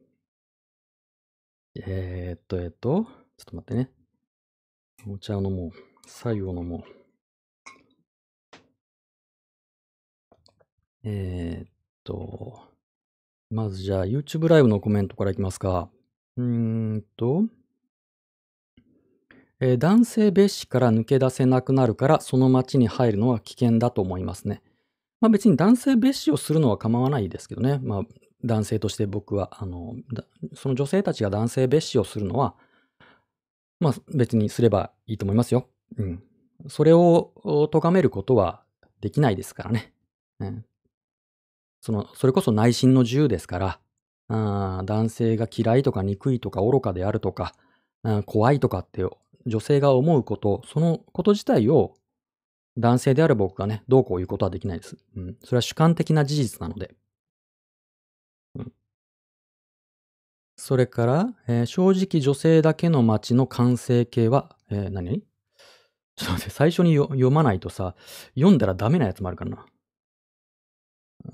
えーっと、えーっと、ちょっと待ってね。お茶を飲もう。白湯を飲もう。えーっと、まずじゃあ YouTube ライブのコメントからいきますか。うーんと、えー男性蔑視から抜け出せなくなるからその町に入るのは危険だと思いますね。まあ別に男性蔑視をするのは構わないですけどね。まあ男性として僕は、あの、だその女性たちが男性蔑視をするのは、まあ別にすればいいと思いますよ。うん。それをお咎めることはできないですからね。うん、その、それこそ内心の自由ですから、あー男性が嫌いとか憎いとか愚かであるとか、あー怖いとかって女性が思うこと、そのこと自体を男性である僕がね、どうこう言うことはできないです。うん。それは主観的な事実なので。うん。それから、えー正直女性だけの街の完成形は、えー何ちょっと待って、最初によ読まないとさ、読んだらダメなやつもあるからな。うん、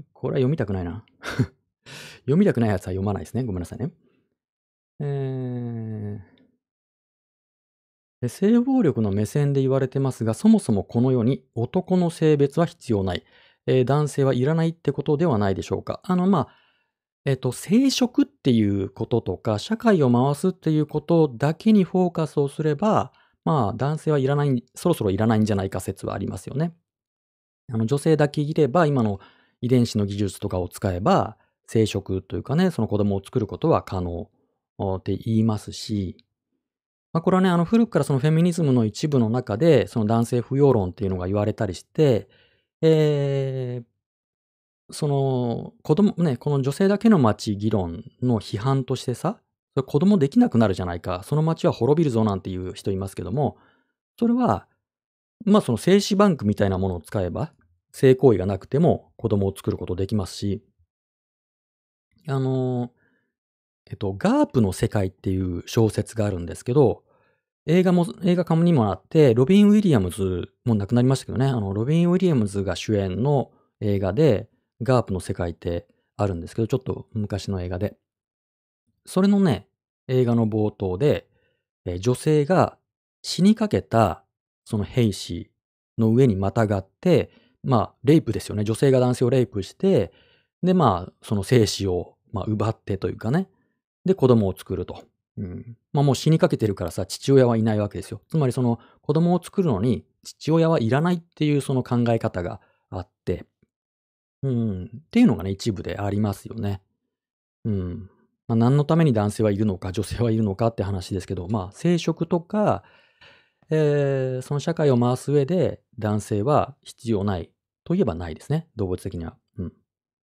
これは読みたくないな。読みたくないやつは読まないですね。ごめんなさいね。えーで性暴力の目線で言われてますが、そもそもこの世に男の性別は必要ない。えー男性はいらないってことではないでしょうか。あの、まあ、えっと、生殖っていうこととか、社会を回すっていうことだけにフォーカスをすれば、まあ、男性はいらない、そろそろいらないんじゃないか説はありますよね。あの、女性だけいれば、今の遺伝子の技術とかを使えば、生殖というかね、その子供を作ることは可能おって言いますし、まあ、これはね、あの、古くからそのフェミニズムの一部の中で、その男性不要論っていうのが言われたりして、えーその、子供ね、この女性だけの町議論の批判としてさ、それ子供できなくなるじゃないか、その町は滅びるぞなんていう人いますけども、それは、まあその精子バンクみたいなものを使えば、性行為がなくても子供を作ることできますし、あの、えっと、ガープの世界っていう小説があるんですけど、映画も、映画化にもなって、ロビン・ウィリアムズ、もう亡くなりましたけどね、あの、ロビン・ウィリアムズが主演の映画で、ガープの世界ってあるんですけど、ちょっと昔の映画で。それのね、映画の冒頭で、えー女性が死にかけた、その兵士の上にまたがって、まあ、レイプですよね。女性が男性をレイプして、で、まあ、その精子を、まあ、奪ってというかね。で、子供を作ると。うん。まあ、もう死にかけてるからさ、父親はいないわけですよ。つまりその子供を作るのに父親はいらないっていうその考え方があって、うん。っていうのがね、一部でありますよね。うん。まあ、何のために男性はいるのか、女性はいるのかって話ですけど、まあ、生殖とか、えーその社会を回す上で男性は必要ないといえばないですね。動物的には。うん。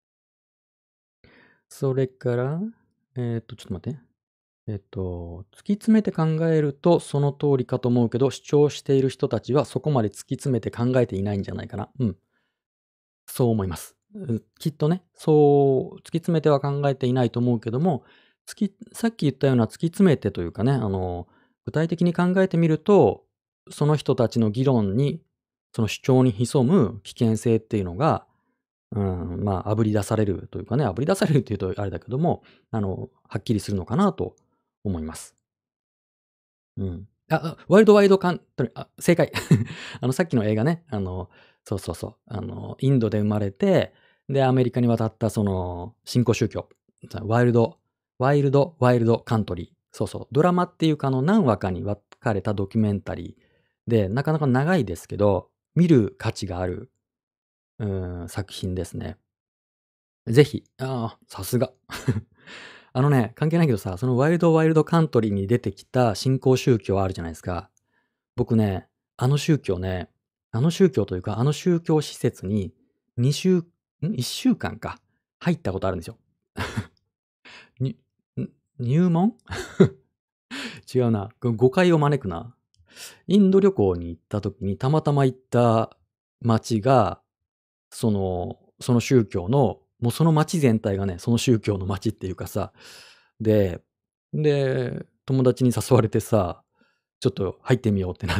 それから、えーっと、ちょっと待って。えっと、突き詰めて考えるとその通りかと思うけど、主張している人たちはそこまで突き詰めて考えていないんじゃないかな。うん。そう思います。うきっとね、そう、突き詰めては考えていないと思うけども、突きさっき言ったような突き詰めてというかね、あの、具体的に考えてみると、その人たちの議論に、その主張に潜む危険性っていうのが、うん、まあ、炙り出されるというかね、炙り出されるっていうとあれだけども、あの、はっきりするのかなと思います。うん。あ、あ、ワイルドワイルドカントリー、あ、正解。あの、さっきの映画ね、あの、そうそうそう、あの、インドで生まれて、で、アメリカに渡ったその、新興宗教。ワイルド、ワイルド、ワイルドカントリー。そうそう。ドラマっていうか、あの、何話かに分かれたドキュメンタリーで、なかなか長いですけど、見る価値がある、うーん、作品ですね。ぜひ、ああ、さすが。あのね、関係ないけどさ、そのワイルドワイルドカントリーに出てきた新興宗教あるじゃないですか。僕ね、あの宗教ね、あの宗教というか、あの宗教施設にに週、ん ?いっ 週間か、入ったことあるんですよ。に、ん入門違うな。これ誤解を招くな。インド旅行に行った時にたまたま行った街が、その、その宗教の、もうその街全体がね、その宗教の街っていうかさ、で、で、友達に誘われてさ、 ちょっと入ってみようってなって、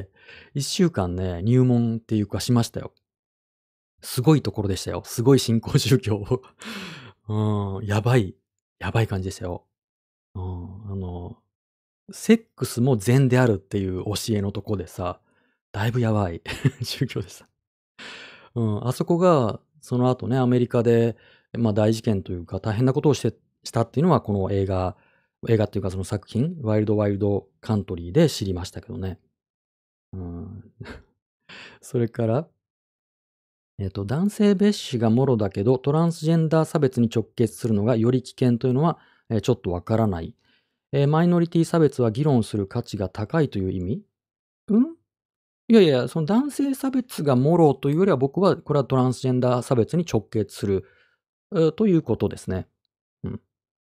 いっしゅうかんね、入門っていうかしましたよ。すごいところでしたよ。すごい新興宗教。うん、やばい、やばい感じでしたよ。うん、あの、セックスも善であるっていう教えのとこでさ、だいぶやばい宗教でした。うん、あそこが、その後ね、アメリカで、まあ、大事件というか、大変なことをしてしたっていうのは、この映画映画っていうかその作品、ワイルド・ワイルド・カントリーで知りましたけどね。うん。それから、えっと、男性蔑視がもろだけど、トランスジェンダー差別に直結するのがより危険というのは、え、ちょっとわからない。え、マイノリティ差別は議論する価値が高いという意味？うん？いやいや、その男性差別がもろというよりは、僕はこれはトランスジェンダー差別に直結する、うということですね。うん。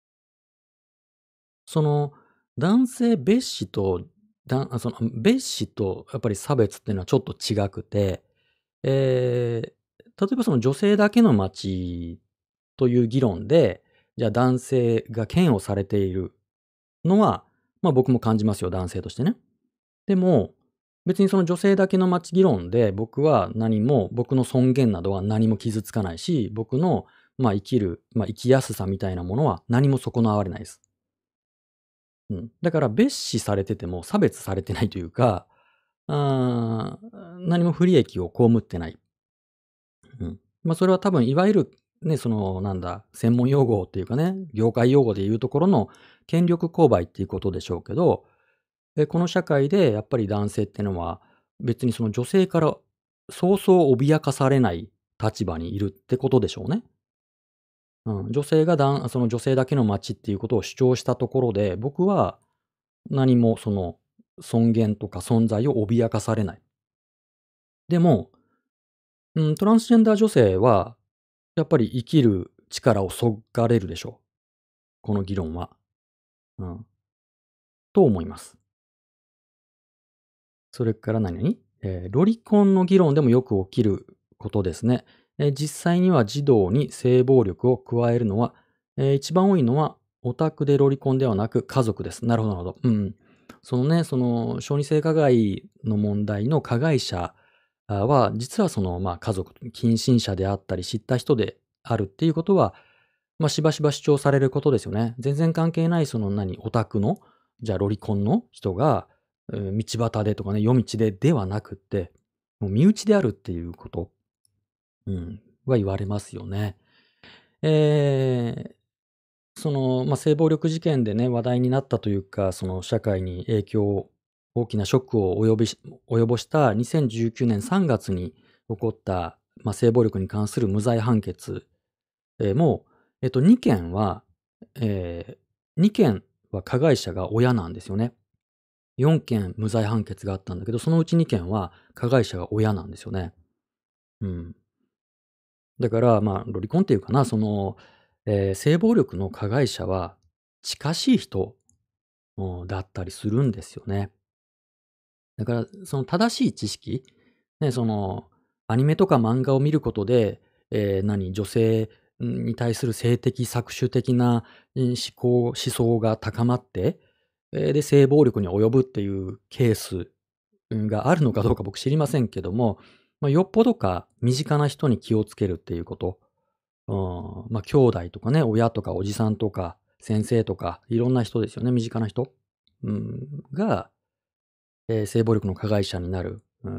その、男性蔑視と、だあ、その、蔑視とやっぱり差別っていうのはちょっと違くて、ええ、例えばその女性だけの街という議論で、じゃあ男性が嫌悪されているのは、ま、僕も感じますよ、男性としてね。でも、別にその女性だけの街議論で、僕は何も、僕の尊厳などは何も傷つかないし、僕の、ま、生きる、ま、生きやすさみたいなものは何も損なわれないです。うん。だから蔑視されてても差別されてないというか、ああ、何も不利益を被ってない。うん。ま、それは多分いわゆるね、そのなんだ、専門用語っていうかね、業界用語で言うところの権力勾配っていうことでしょうけど、え、この社会でやっぱり男性ってのは、別にその女性からそうそう脅かされない立場にいるってことでしょうね。うん、女性がだんその女性だけの街っていうことを主張したところで、僕は何もその尊厳とか存在を脅かされない。でも、うん、トランスジェンダー女性は、やっぱり生きる力を削がれるでしょう。この議論は。うん。と思います。それから何々えーロリコンの議論でもよく起きることですね。えー実際には児童に性暴力を加えるのは、えー一番多いのはオタクでロリコンではなく家族です。なるほど、なるほど。うん。そのね、その小児性加害の問題の加害者あは、実はその、まあ、家族、近親者であったり知った人であるっていうことは、まあ、しばしば主張されることですよね。全然関係ないその何、オタクの、じゃあロリコンの人が、えー道端でとかね、夜道でではなくって、もう身内であるっていうこと、うん、は言われますよね。えーその、まあ、性暴力事件でね、話題になったというか、その社会に影響を大きなショックを及びし及ぼしたにせんじゅうきゅうねんさんがつに起こった、まあ、性暴力に関する無罪判決、え、も、えっと、にけんは、えーにけんは加害者が親なんですよね。よんけん無罪判決があったんだけど、そのうちにけんは加害者が親なんですよね。うん。だから、まあ、ロリコンっていうかな、その、えー性暴力の加害者は近しい人、うん、だったりするんですよね。だから、その正しい知識、ね、その、アニメとか漫画を見ることで、えー何、女性に対する性的搾取的な、うん思考、思想が高まって、えーで、性暴力に及ぶっていうケースうんがあるのかどうか僕知りませんけども、まあ、よっぽどか身近な人に気をつけるっていうこと、うん、まあ、兄弟とかね、親とかおじさんとか先生とか、いろんな人ですよね、身近な人、うん、が、えー性暴力の加害者になる、うん、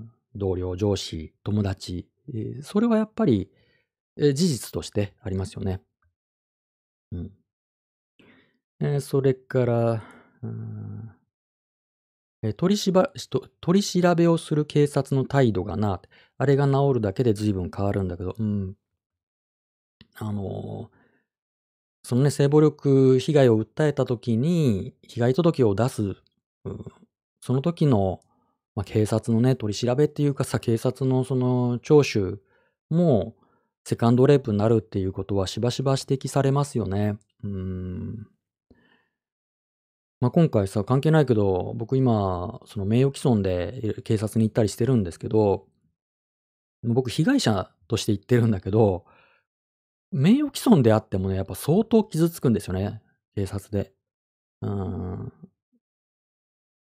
同僚、上司、友達、えーそれはやっぱり、えー事実としてありますよね。うん。えーそれから、うん、えー取りしばしと取り調べをする警察の態度がな、あれが治るだけで随分変わるんだけど、うん、あのーそのね、性暴力被害を訴えた時に、被害届を出す、うん、その時の、まあ、警察のね、取り調べっていうかさ、警察のその聴取も、セカンドレイプになるっていうことはしばしば指摘されますよね。うーん。まあ、今回さ、関係ないけど、僕今、その名誉毀損でえ警察に行ったりしてるんですけど、僕被害者として行ってるんだけど、名誉毀損であってもね、やっぱ相当傷つくんですよね、警察で。うーん。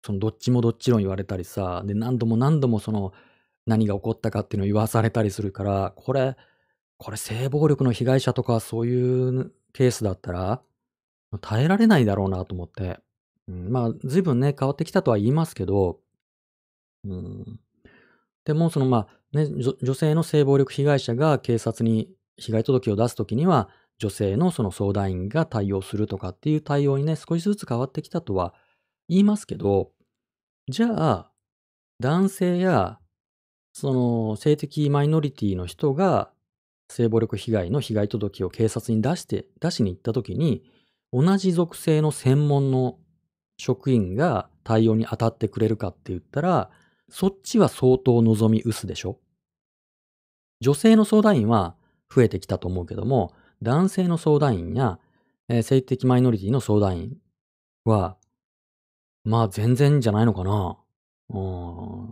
そのどっちもどっち論言われたりさ、で、何度も何度もその何が起こったかっていうのを言わされたりするから、これ、これ性暴力の被害者とかそういうケースだったら、耐えられないだろうなと思って。うん、まあ、随分ね、変わってきたとは言いますけど、うん、でもその、まあ、ね、女女性の性暴力被害者が警察に被害届を出すときには、女性のその相談員が対応するとかっていう対応にね、少しずつ変わってきたとは言いますけど、じゃあ、男性やその性的マイノリティの人が性暴力被害の被害届を警察に出して出しに行った時に、同じ属性の専門の職員が対応に当たってくれるかって言ったら、そっちは相当望み薄でしょ。女性の相談員は増えてきたと思うけども、男性の相談員や、えー性的マイノリティの相談員は、まあ全然じゃないのかな。うん、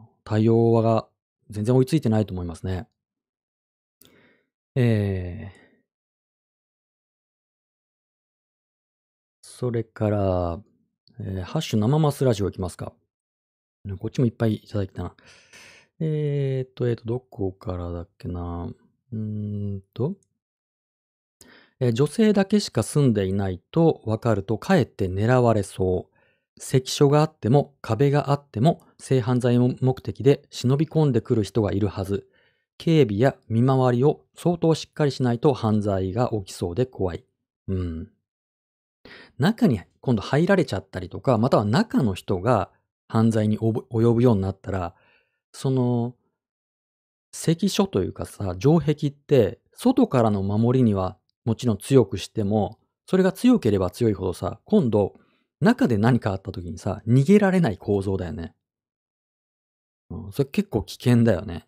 対応が全然追いついてないと思いますね。ええ、それから、えーハッシュ生マスラジオいきますか。ねこっちもいっぱいいただいたな。えーっと、えーっと、どこからだっけな。うーんと、えー女性だけしか住んでいないと分かるとかえって狙われそう。関所があっても壁があっても性犯罪目的で忍び込んでくる人がいるはず。警備や見回りを相当しっかりしないと犯罪が起きそうで怖い。うん。中に今度入られちゃったりとか、または中の人が犯罪におぼ及ぶようになったら、その関所というかさ、城壁って外からの守りにはもちろん強くしても、それが強ければ強いほどさ、今度中で何かあった時にさ、逃げられない構造だよね。うん、それ結構危険だよね。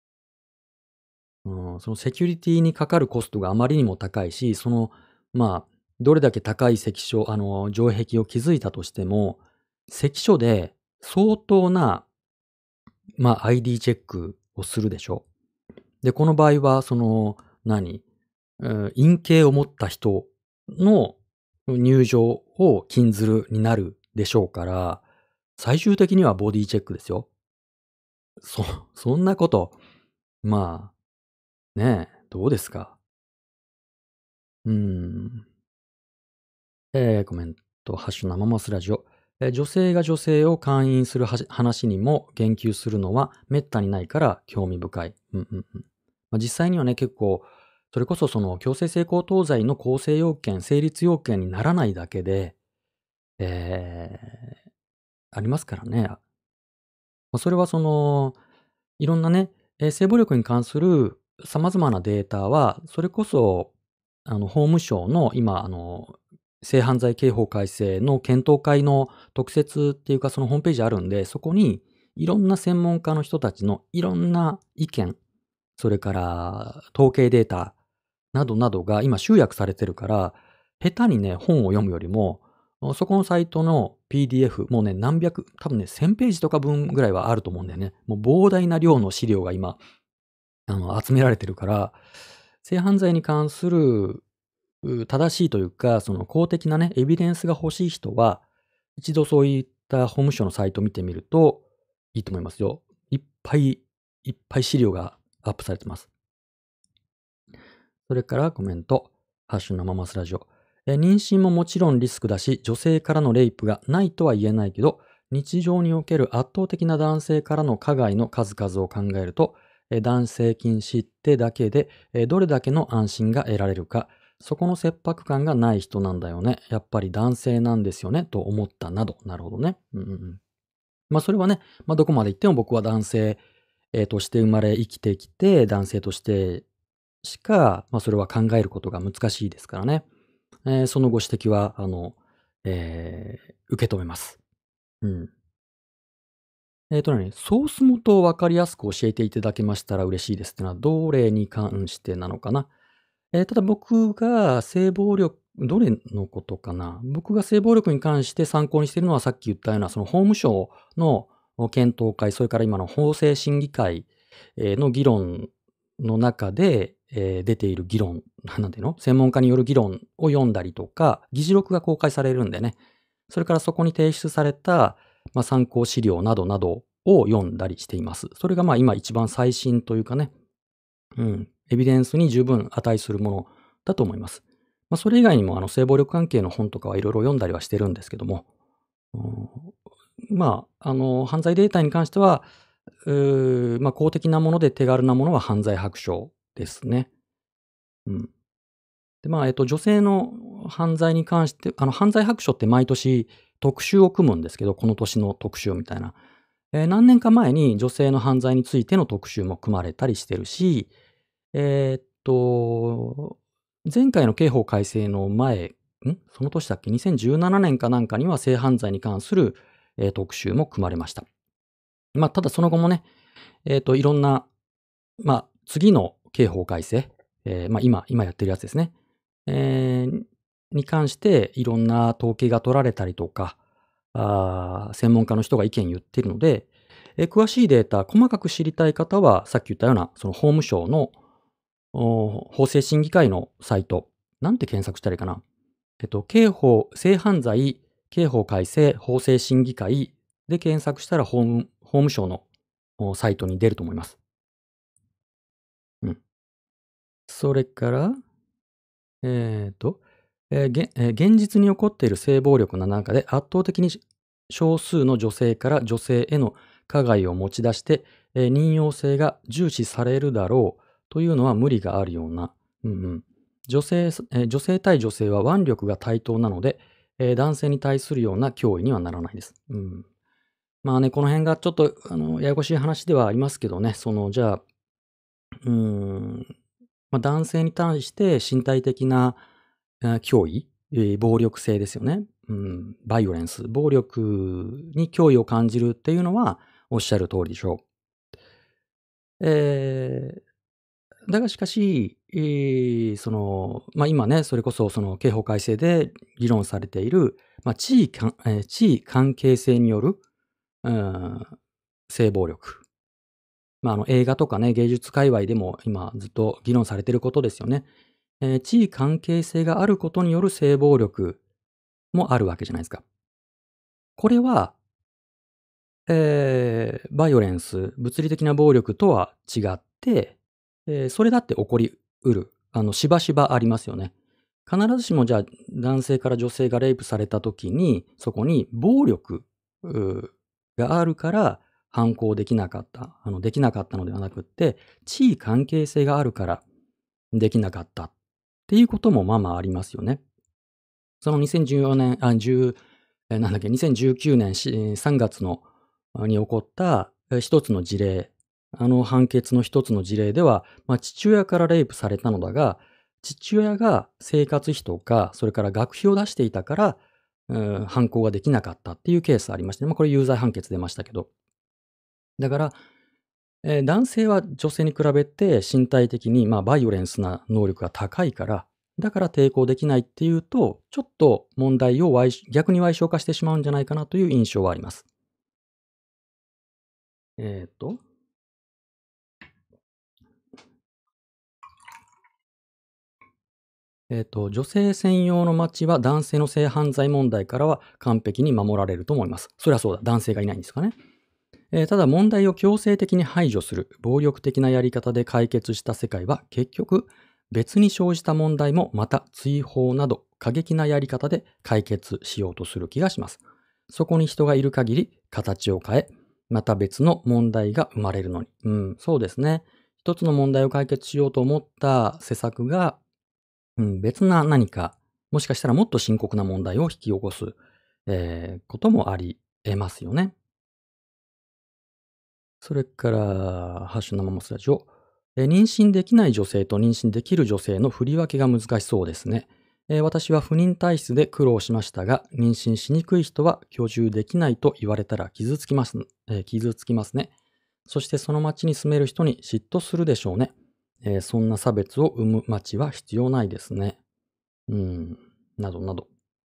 うん、そのセキュリティにかかるコストがあまりにも高いし、その、まあ、どれだけ高い関所、あの、城壁を築いたとしても、関所で相当な、まあ、アイディー チェックをするでしょ。で、この場合は、その、何、うん、陰茎を持った人の入場を禁ずるになるでしょうから、最終的にはボディチェックですよ。そ、そんなこと、まあ、ねえ、どうですか。うーん。えー、コメント、ハッシュ生マスラジオ。えー女性が女性を勧誘するはじ話にも言及するのは滅多にないから興味深い。うんうんうん。まあ、実際にはね、結構、それこそその強制性交等罪の構成要件、成立要件にならないだけで、えーありますからね。まあ、それはその、いろんなね、えー性暴力に関する様々なデータは、それこそ、あの、法務省の今、あの、性犯罪刑法改正の検討会の特設っていうか、そのホームページあるんで、そこにいろんな専門家の人たちのいろんな意見、それから統計データなどなどが今集約されてるから、下手にね、本を読むよりも、そこのサイトの ピーディーエフ、もうね、何百、多分ね、せんページとか分ぐらいはあると思うんだよね。もう膨大な量の資料が今、あの、集められてるから、性犯罪に関するう正しいというか、その公的なね、エビデンスが欲しい人は、一度そういった法務省のサイトを見てみるといいと思いますよ。いっぱいいっぱい資料がアップされてます。それからコメント、ハッシュ生マスラジオ。え妊娠ももちろんリスクだし、女性からのレイプがないとは言えないけど、日常における圧倒的な男性からの加害の数々を考えると、え男性禁止ってだけで、えどれだけの安心が得られるか、そこの切迫感がない人なんだよね。やっぱり男性なんですよね、と思ったなど。なるほどね。うんうんうん。まあそれはね、まあどこまで行っても僕は男性、えーとして生まれ生きてきて、男性としてしか、まあそれは考えることが難しいですからね。えーそのご指摘は、あの、えー受け止めます。うん。えっとね、ソース元をわかりやすく教えていただけましたら嬉しいですってのは、どれに関してなのかな。えーただ僕が性暴力、どれのことかな。僕が性暴力に関して参考にしているのはさっき言ったような、その法務省の検討会、それから今の法制審議会えーの議論の中で、えー出ている議論、なんていうの専門家による議論を読んだりとか、議事録が公開されるんでね。それからそこに提出された、 まあ、参考資料などなどを読んだりしています。それがまあ今一番最新というかね、うん、エビデンスに十分値するものだと思います。まあ、それ以外にもあの性暴力関係の本とかはいろいろ読んだりはしてるんですけども、うん、まあ、あの、犯罪データに関しては、うーまあ、公的なもので手軽なものは犯罪白書ですね。うん。で、まあ、えっと、女性の犯罪に関して、あの、犯罪白書って毎年特集を組むんですけど、この年の特集みたいな。えー何年か前に女性の犯罪についての特集も組まれたりしてるし、えーっと、前回の刑法改正の前、んその年だっけ ?にせんじゅうなな 年かなんかには性犯罪に関する、えー特集も組まれました。まあ、ただその後もね、えーっと、いろんな、まあ、次の刑法改正、えーまあ、今、今やってるやつですね。えーに関していろんな統計が取られたりとか、あー専門家の人が意見言っているので、えー詳しいデータ、細かく知りたい方は、さっき言ったような、その法務省のお法制審議会のサイト、なんて検索したらいいかな。えっと、刑法、性犯罪、刑法改正、法制審議会で検索したら法務法務省のおサイトに出ると思います。うん。それから、えっと、えーげえー現実に起こっている性暴力の中で圧倒的に少数の女性から女性への加害を持ち出して、えー任用性が重視されるだろうというのは無理があるような。うんうん、女性、えー女性対女性は腕力が対等なので、えー男性に対するような脅威にはならないです。うん、まあね、この辺がちょっとあのややこしい話ではありますけどね、そのじゃあ、うーん、まあ、男性に対して身体的なあ脅威、えー暴力性ですよね。うん、バイオレンス、暴力に脅威を感じるっていうのはおっしゃる通りでしょう。えーだがしかし、えーその、まあ、今ね、それこそその刑法改正で議論されている、まあ、地位かん、えー地位関係性による、うん、性暴力。まあ、あの映画とかね、芸術界隈でも今ずっと議論されていることですよね。えー地位関係性があることによる性暴力もあるわけじゃないですか。これは、えーバイオレンス、物理的な暴力とは違って、えーそれだって起こりうる。あの、しばしばありますよね。必ずしもじゃあ、男性から女性がレイプされた時に、そこに暴力うーがあるから反抗できなかった。あの、できなかったのではなくって、地位関係性があるからできなかったっていうこともまあまあありますよね。そのにせんじゅうよねん、あ、じゅう、え、なんだっけ、にせんじゅうきゅうねんしさんがつのあに起こった、え、一つの事例、あの判決の一つの事例では、まあ、父親からレイプされたのだが、父親が生活費とか、それから学費を出していたから、うん、犯行ができなかったっていうケースありまして、まあ、これ有罪判決出ましたけど。だから、えー男性は女性に比べて身体的に、まあ、バイオレンスな能力が高いから、だから抵抗できないっていうと、ちょっと問題を歪逆に歪小化してしまうんじゃないかなという印象はあります。えっと、えっと、女性専用の街は男性の性犯罪問題からは完璧に守られると思います。そりゃそうだ、男性がいないんですかね。えーただ問題を強制的に排除する暴力的なやり方で解決した世界は結局別に生じた問題もまた追放など過激なやり方で解決しようとする気がします。そこに人がいる限り形を変え、また別の問題が生まれるのに。うん、そうですね。一つの問題を解決しようと思った施策が、うん、別な何か、もしかしたらもっと深刻な問題を引き起こす、えーこともあり得ますよね。それから、ハッシュ生モスラジオ。えー妊娠できない女性と妊娠できる女性の振り分けが難しそうですね。えー私は不妊体質で苦労しましたが、妊娠しにくい人は居住できないと言われたら傷つきます、えー傷つきますね。そしてその町に住める人に嫉妬するでしょうね。えーそんな差別を生む町は必要ないですね。うん、などなど。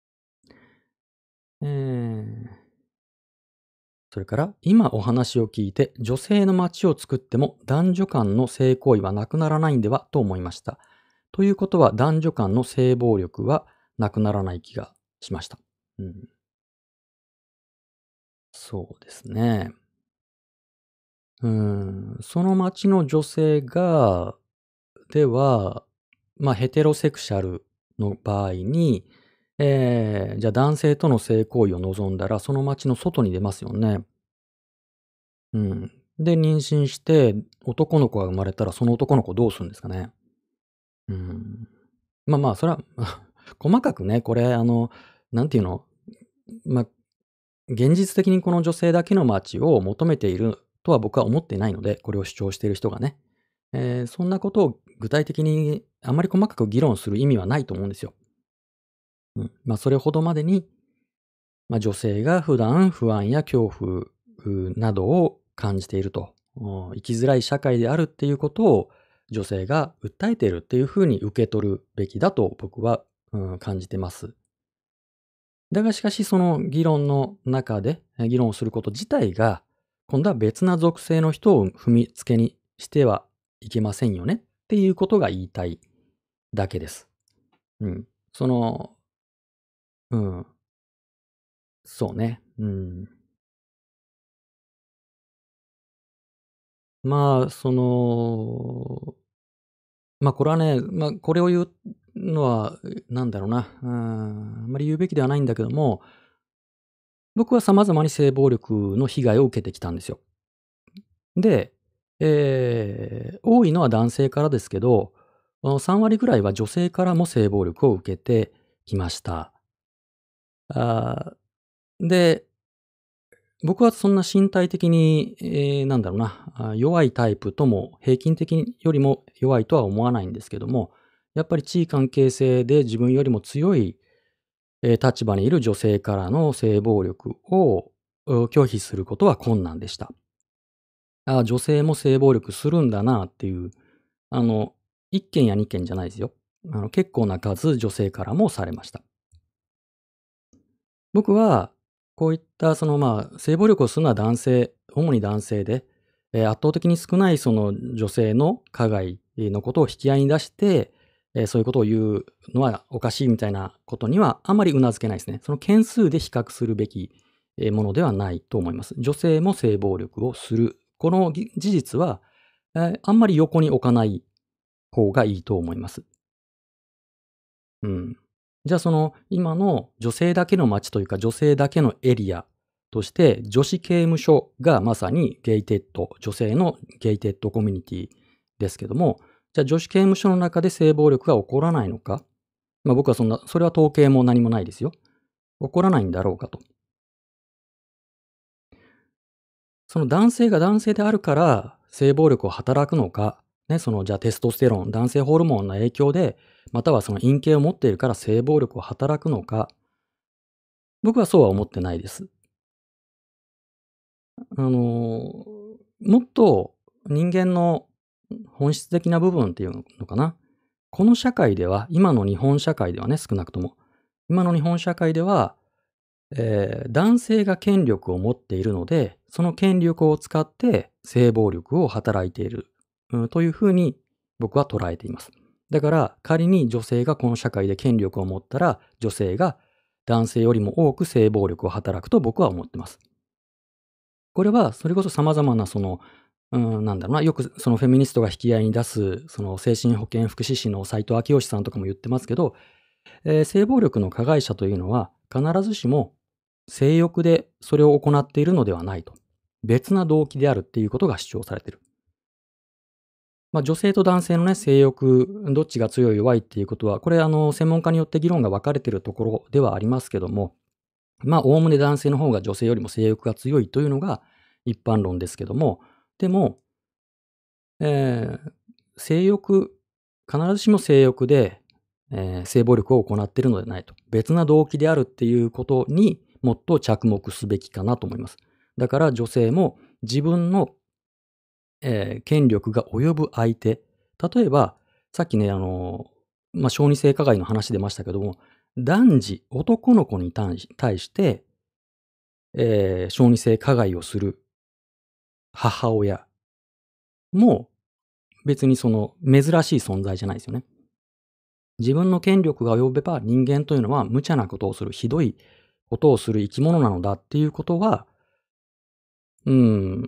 えーそれから、今お話を聞いて、女性の街を作っても男女間の性行為はなくならないんではと思いました。ということは、男女間の性暴力はなくならない気がしました。うん、 そうですね。うーん、その町の女性がでは、ま、ヘテロセクシャルの場合に、ええ、じゃ、男性との性行為を望んだら、その町の外に出ますよね。うん。で、妊娠して、男の子が生まれたら、その男の子どうするんですかね。うん。ま、まあ、それは、細かくね、これあの、なんていうの、ま、現実的にこの女性だけの街を求めているとは僕は思っていないので、これを主張している人がね。ええ、そんなことを具体的にあまり細かく議論する意味はないと思うんですよ。うん。ま、それほどまでに、ま、女性が普段不安や恐怖などを感じていると、お生きづらい社会であるっていうことを女性が訴えているっていう風に受け取るべきだと僕は、うん、感じてます。だがしかしその議論の中で、え、議論をすること自体が、今度は別な属性の人を踏みつけにしてはいけませんよねっていうことが言いたいだけです。うん。そのうん。そうね。うん。まあ、その、ま、これはね、ま、これを言うのは、なんだろうな、うーん、あんまり言うべきではないんだけども、僕は様々に性暴力の被害を受けてきたんですよ。で、ええ、多いのは男性からですけど、あの、さん割ぐらいは女性からも性暴力を受けてきました。ああ、で、僕はそんな身体的に、ええ、なんだろうな、あ、弱いタイプとも平均的によりも弱いとは思わないんですけども、やっぱり地位関係性で自分よりも強い、ええ、立場にいる女性からの性暴力を、う拒否することは困難でした。ああ、女性も性暴力するんだなっていう、あの、いっけんやにけんじゃないですよ。あの、結構な数女性からもされました。僕は、こういったその、まあ、性暴力をするのは男性、主に男性で、え、圧倒的に少ないその女性の加害のことを引き合いに出して、え、そういうことを言うのはおかしいみたいなことにはあんまり頷けないですね。その件数で比較するべき、え、ものではないと思います。女性も性暴力をする。このぎ事実は、え、あんまり横に置かない方がいいと思います。うん。じゃあその今の女性だけの街というか、女性だけのエリアとして、女子刑務所がまさにゲイテッド、女性のゲイテッドコミュニティですけども、じゃあ女子刑務所の中で性暴力が起こらないのか、ま、僕はそんな、それは統計も何もないですよ。起こらないんだろうかと。その男性が男性であるから、性暴力を働くのか、ね、そのじゃあテストステロン、男性ホルモンの影響で、またはその陰茎を持っているから性暴力を働くのか、僕はそうは思ってないです。あの、もっと人間の本質的な部分っていうのかな。この社会では、今の日本社会ではね、少なくとも。今の日本社会では、えー男性が権力を持っているので、その権力を使って性暴力を働いている、うん、というふうに僕は捉えています。だから仮に女性がこの社会で権力を持ったら、女性が男性よりも多く性暴力を働くと僕は思ってます。これはそれこそ様々なその、うん、なんだろうな、よくそのフェミニストが引き合いに出す、その精神保健福祉士の斉藤昭義さんとかも言ってますけど、えー性暴力の加害者というのは必ずしも性欲でそれを行っているのではないと。別な動機であるっていうことが主張されている。まあ、女性と男性のね、性欲、どっちが強い弱いっていうことは、これあの、専門家によって議論が分かれているところではありますけども、まあ、おおむね男性の方が女性よりも性欲が強いというのが一般論ですけども、でも、えー性欲、必ずしも性欲で、えー性暴力を行っているのではないと。別な動機であるっていうことにもっと着目すべきかなと思います。だから女性も自分の、えー権力が及ぶ相手、例えば、さっきね、あの、まあ、小児性加害の話出ましたけども、男児、男の子に対し対して、えー小児性加害をする母親も別にその珍しい存在じゃないですよね。自分の権力が及べば人間というのは無茶なことをする、ひどいことをする生き物なのだっていうことは、 うん、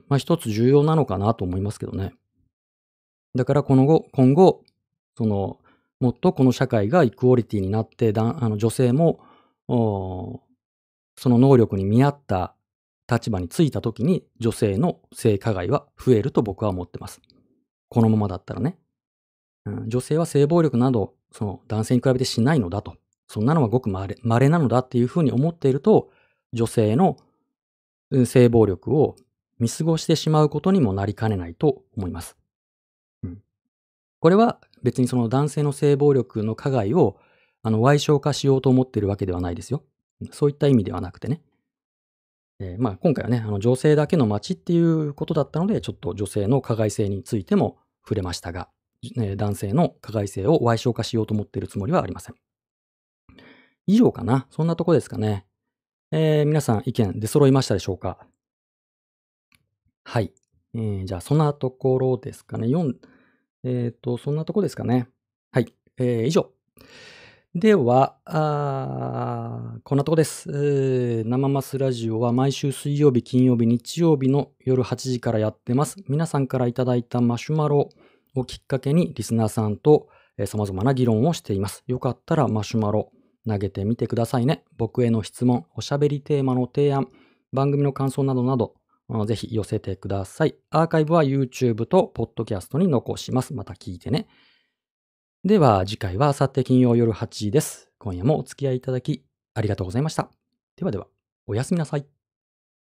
まあ一つ重要なのかなと思いますけどね。だからこの後、今後、その、もっとこの社会がイクオリティになって、だんあの女性も、おその能力に見合った立場についたときに、女性の性加害は増えると僕は思ってます。このままだったらね。うん、女性は性暴力など、その男性に比べてしないのだと。そんなのはごく稀稀なのだっていうふうに思っていると、女性のうん性暴力を見過ごしてしまうことにもなりかねないと思います。うん。これは別にその男性の性暴力の加害を、あの、矮小化しようと思っているわけではないですよ。そういった意味ではなくてね。えーまあ、今回はね、あの、女性だけの街っていうことだったので、ちょっと女性の加害性についても触れましたが、えー男性の加害性を矮小化しようと思っているつもりはありません。以上かな。そんなとこですかね。えー皆さん意見出揃いましたでしょうか？はい。えーじゃあ、そんなところですかね。よん、えっと、そんなとこですかね。はい。えー以上。では、あーこんなとこです。えー生マスラジオは毎週水曜日、金曜日、日曜日の夜はちじからやってます。皆さんからいただいたマシュマロをきっかけにリスナーさんと、えー、様々な議論をしています。よかったらマシュマロ投げてみてくださいね。僕への質問、おしゃべりテーマの提案、番組の感想などなど、あぜひ寄せてください。アーカイブは YouTube と Podcast に残します。また聞いてね。では次回は明後日金曜夜はちじです。今夜もお付き合いいただきありがとうございました。ではでは、おやすみなさい。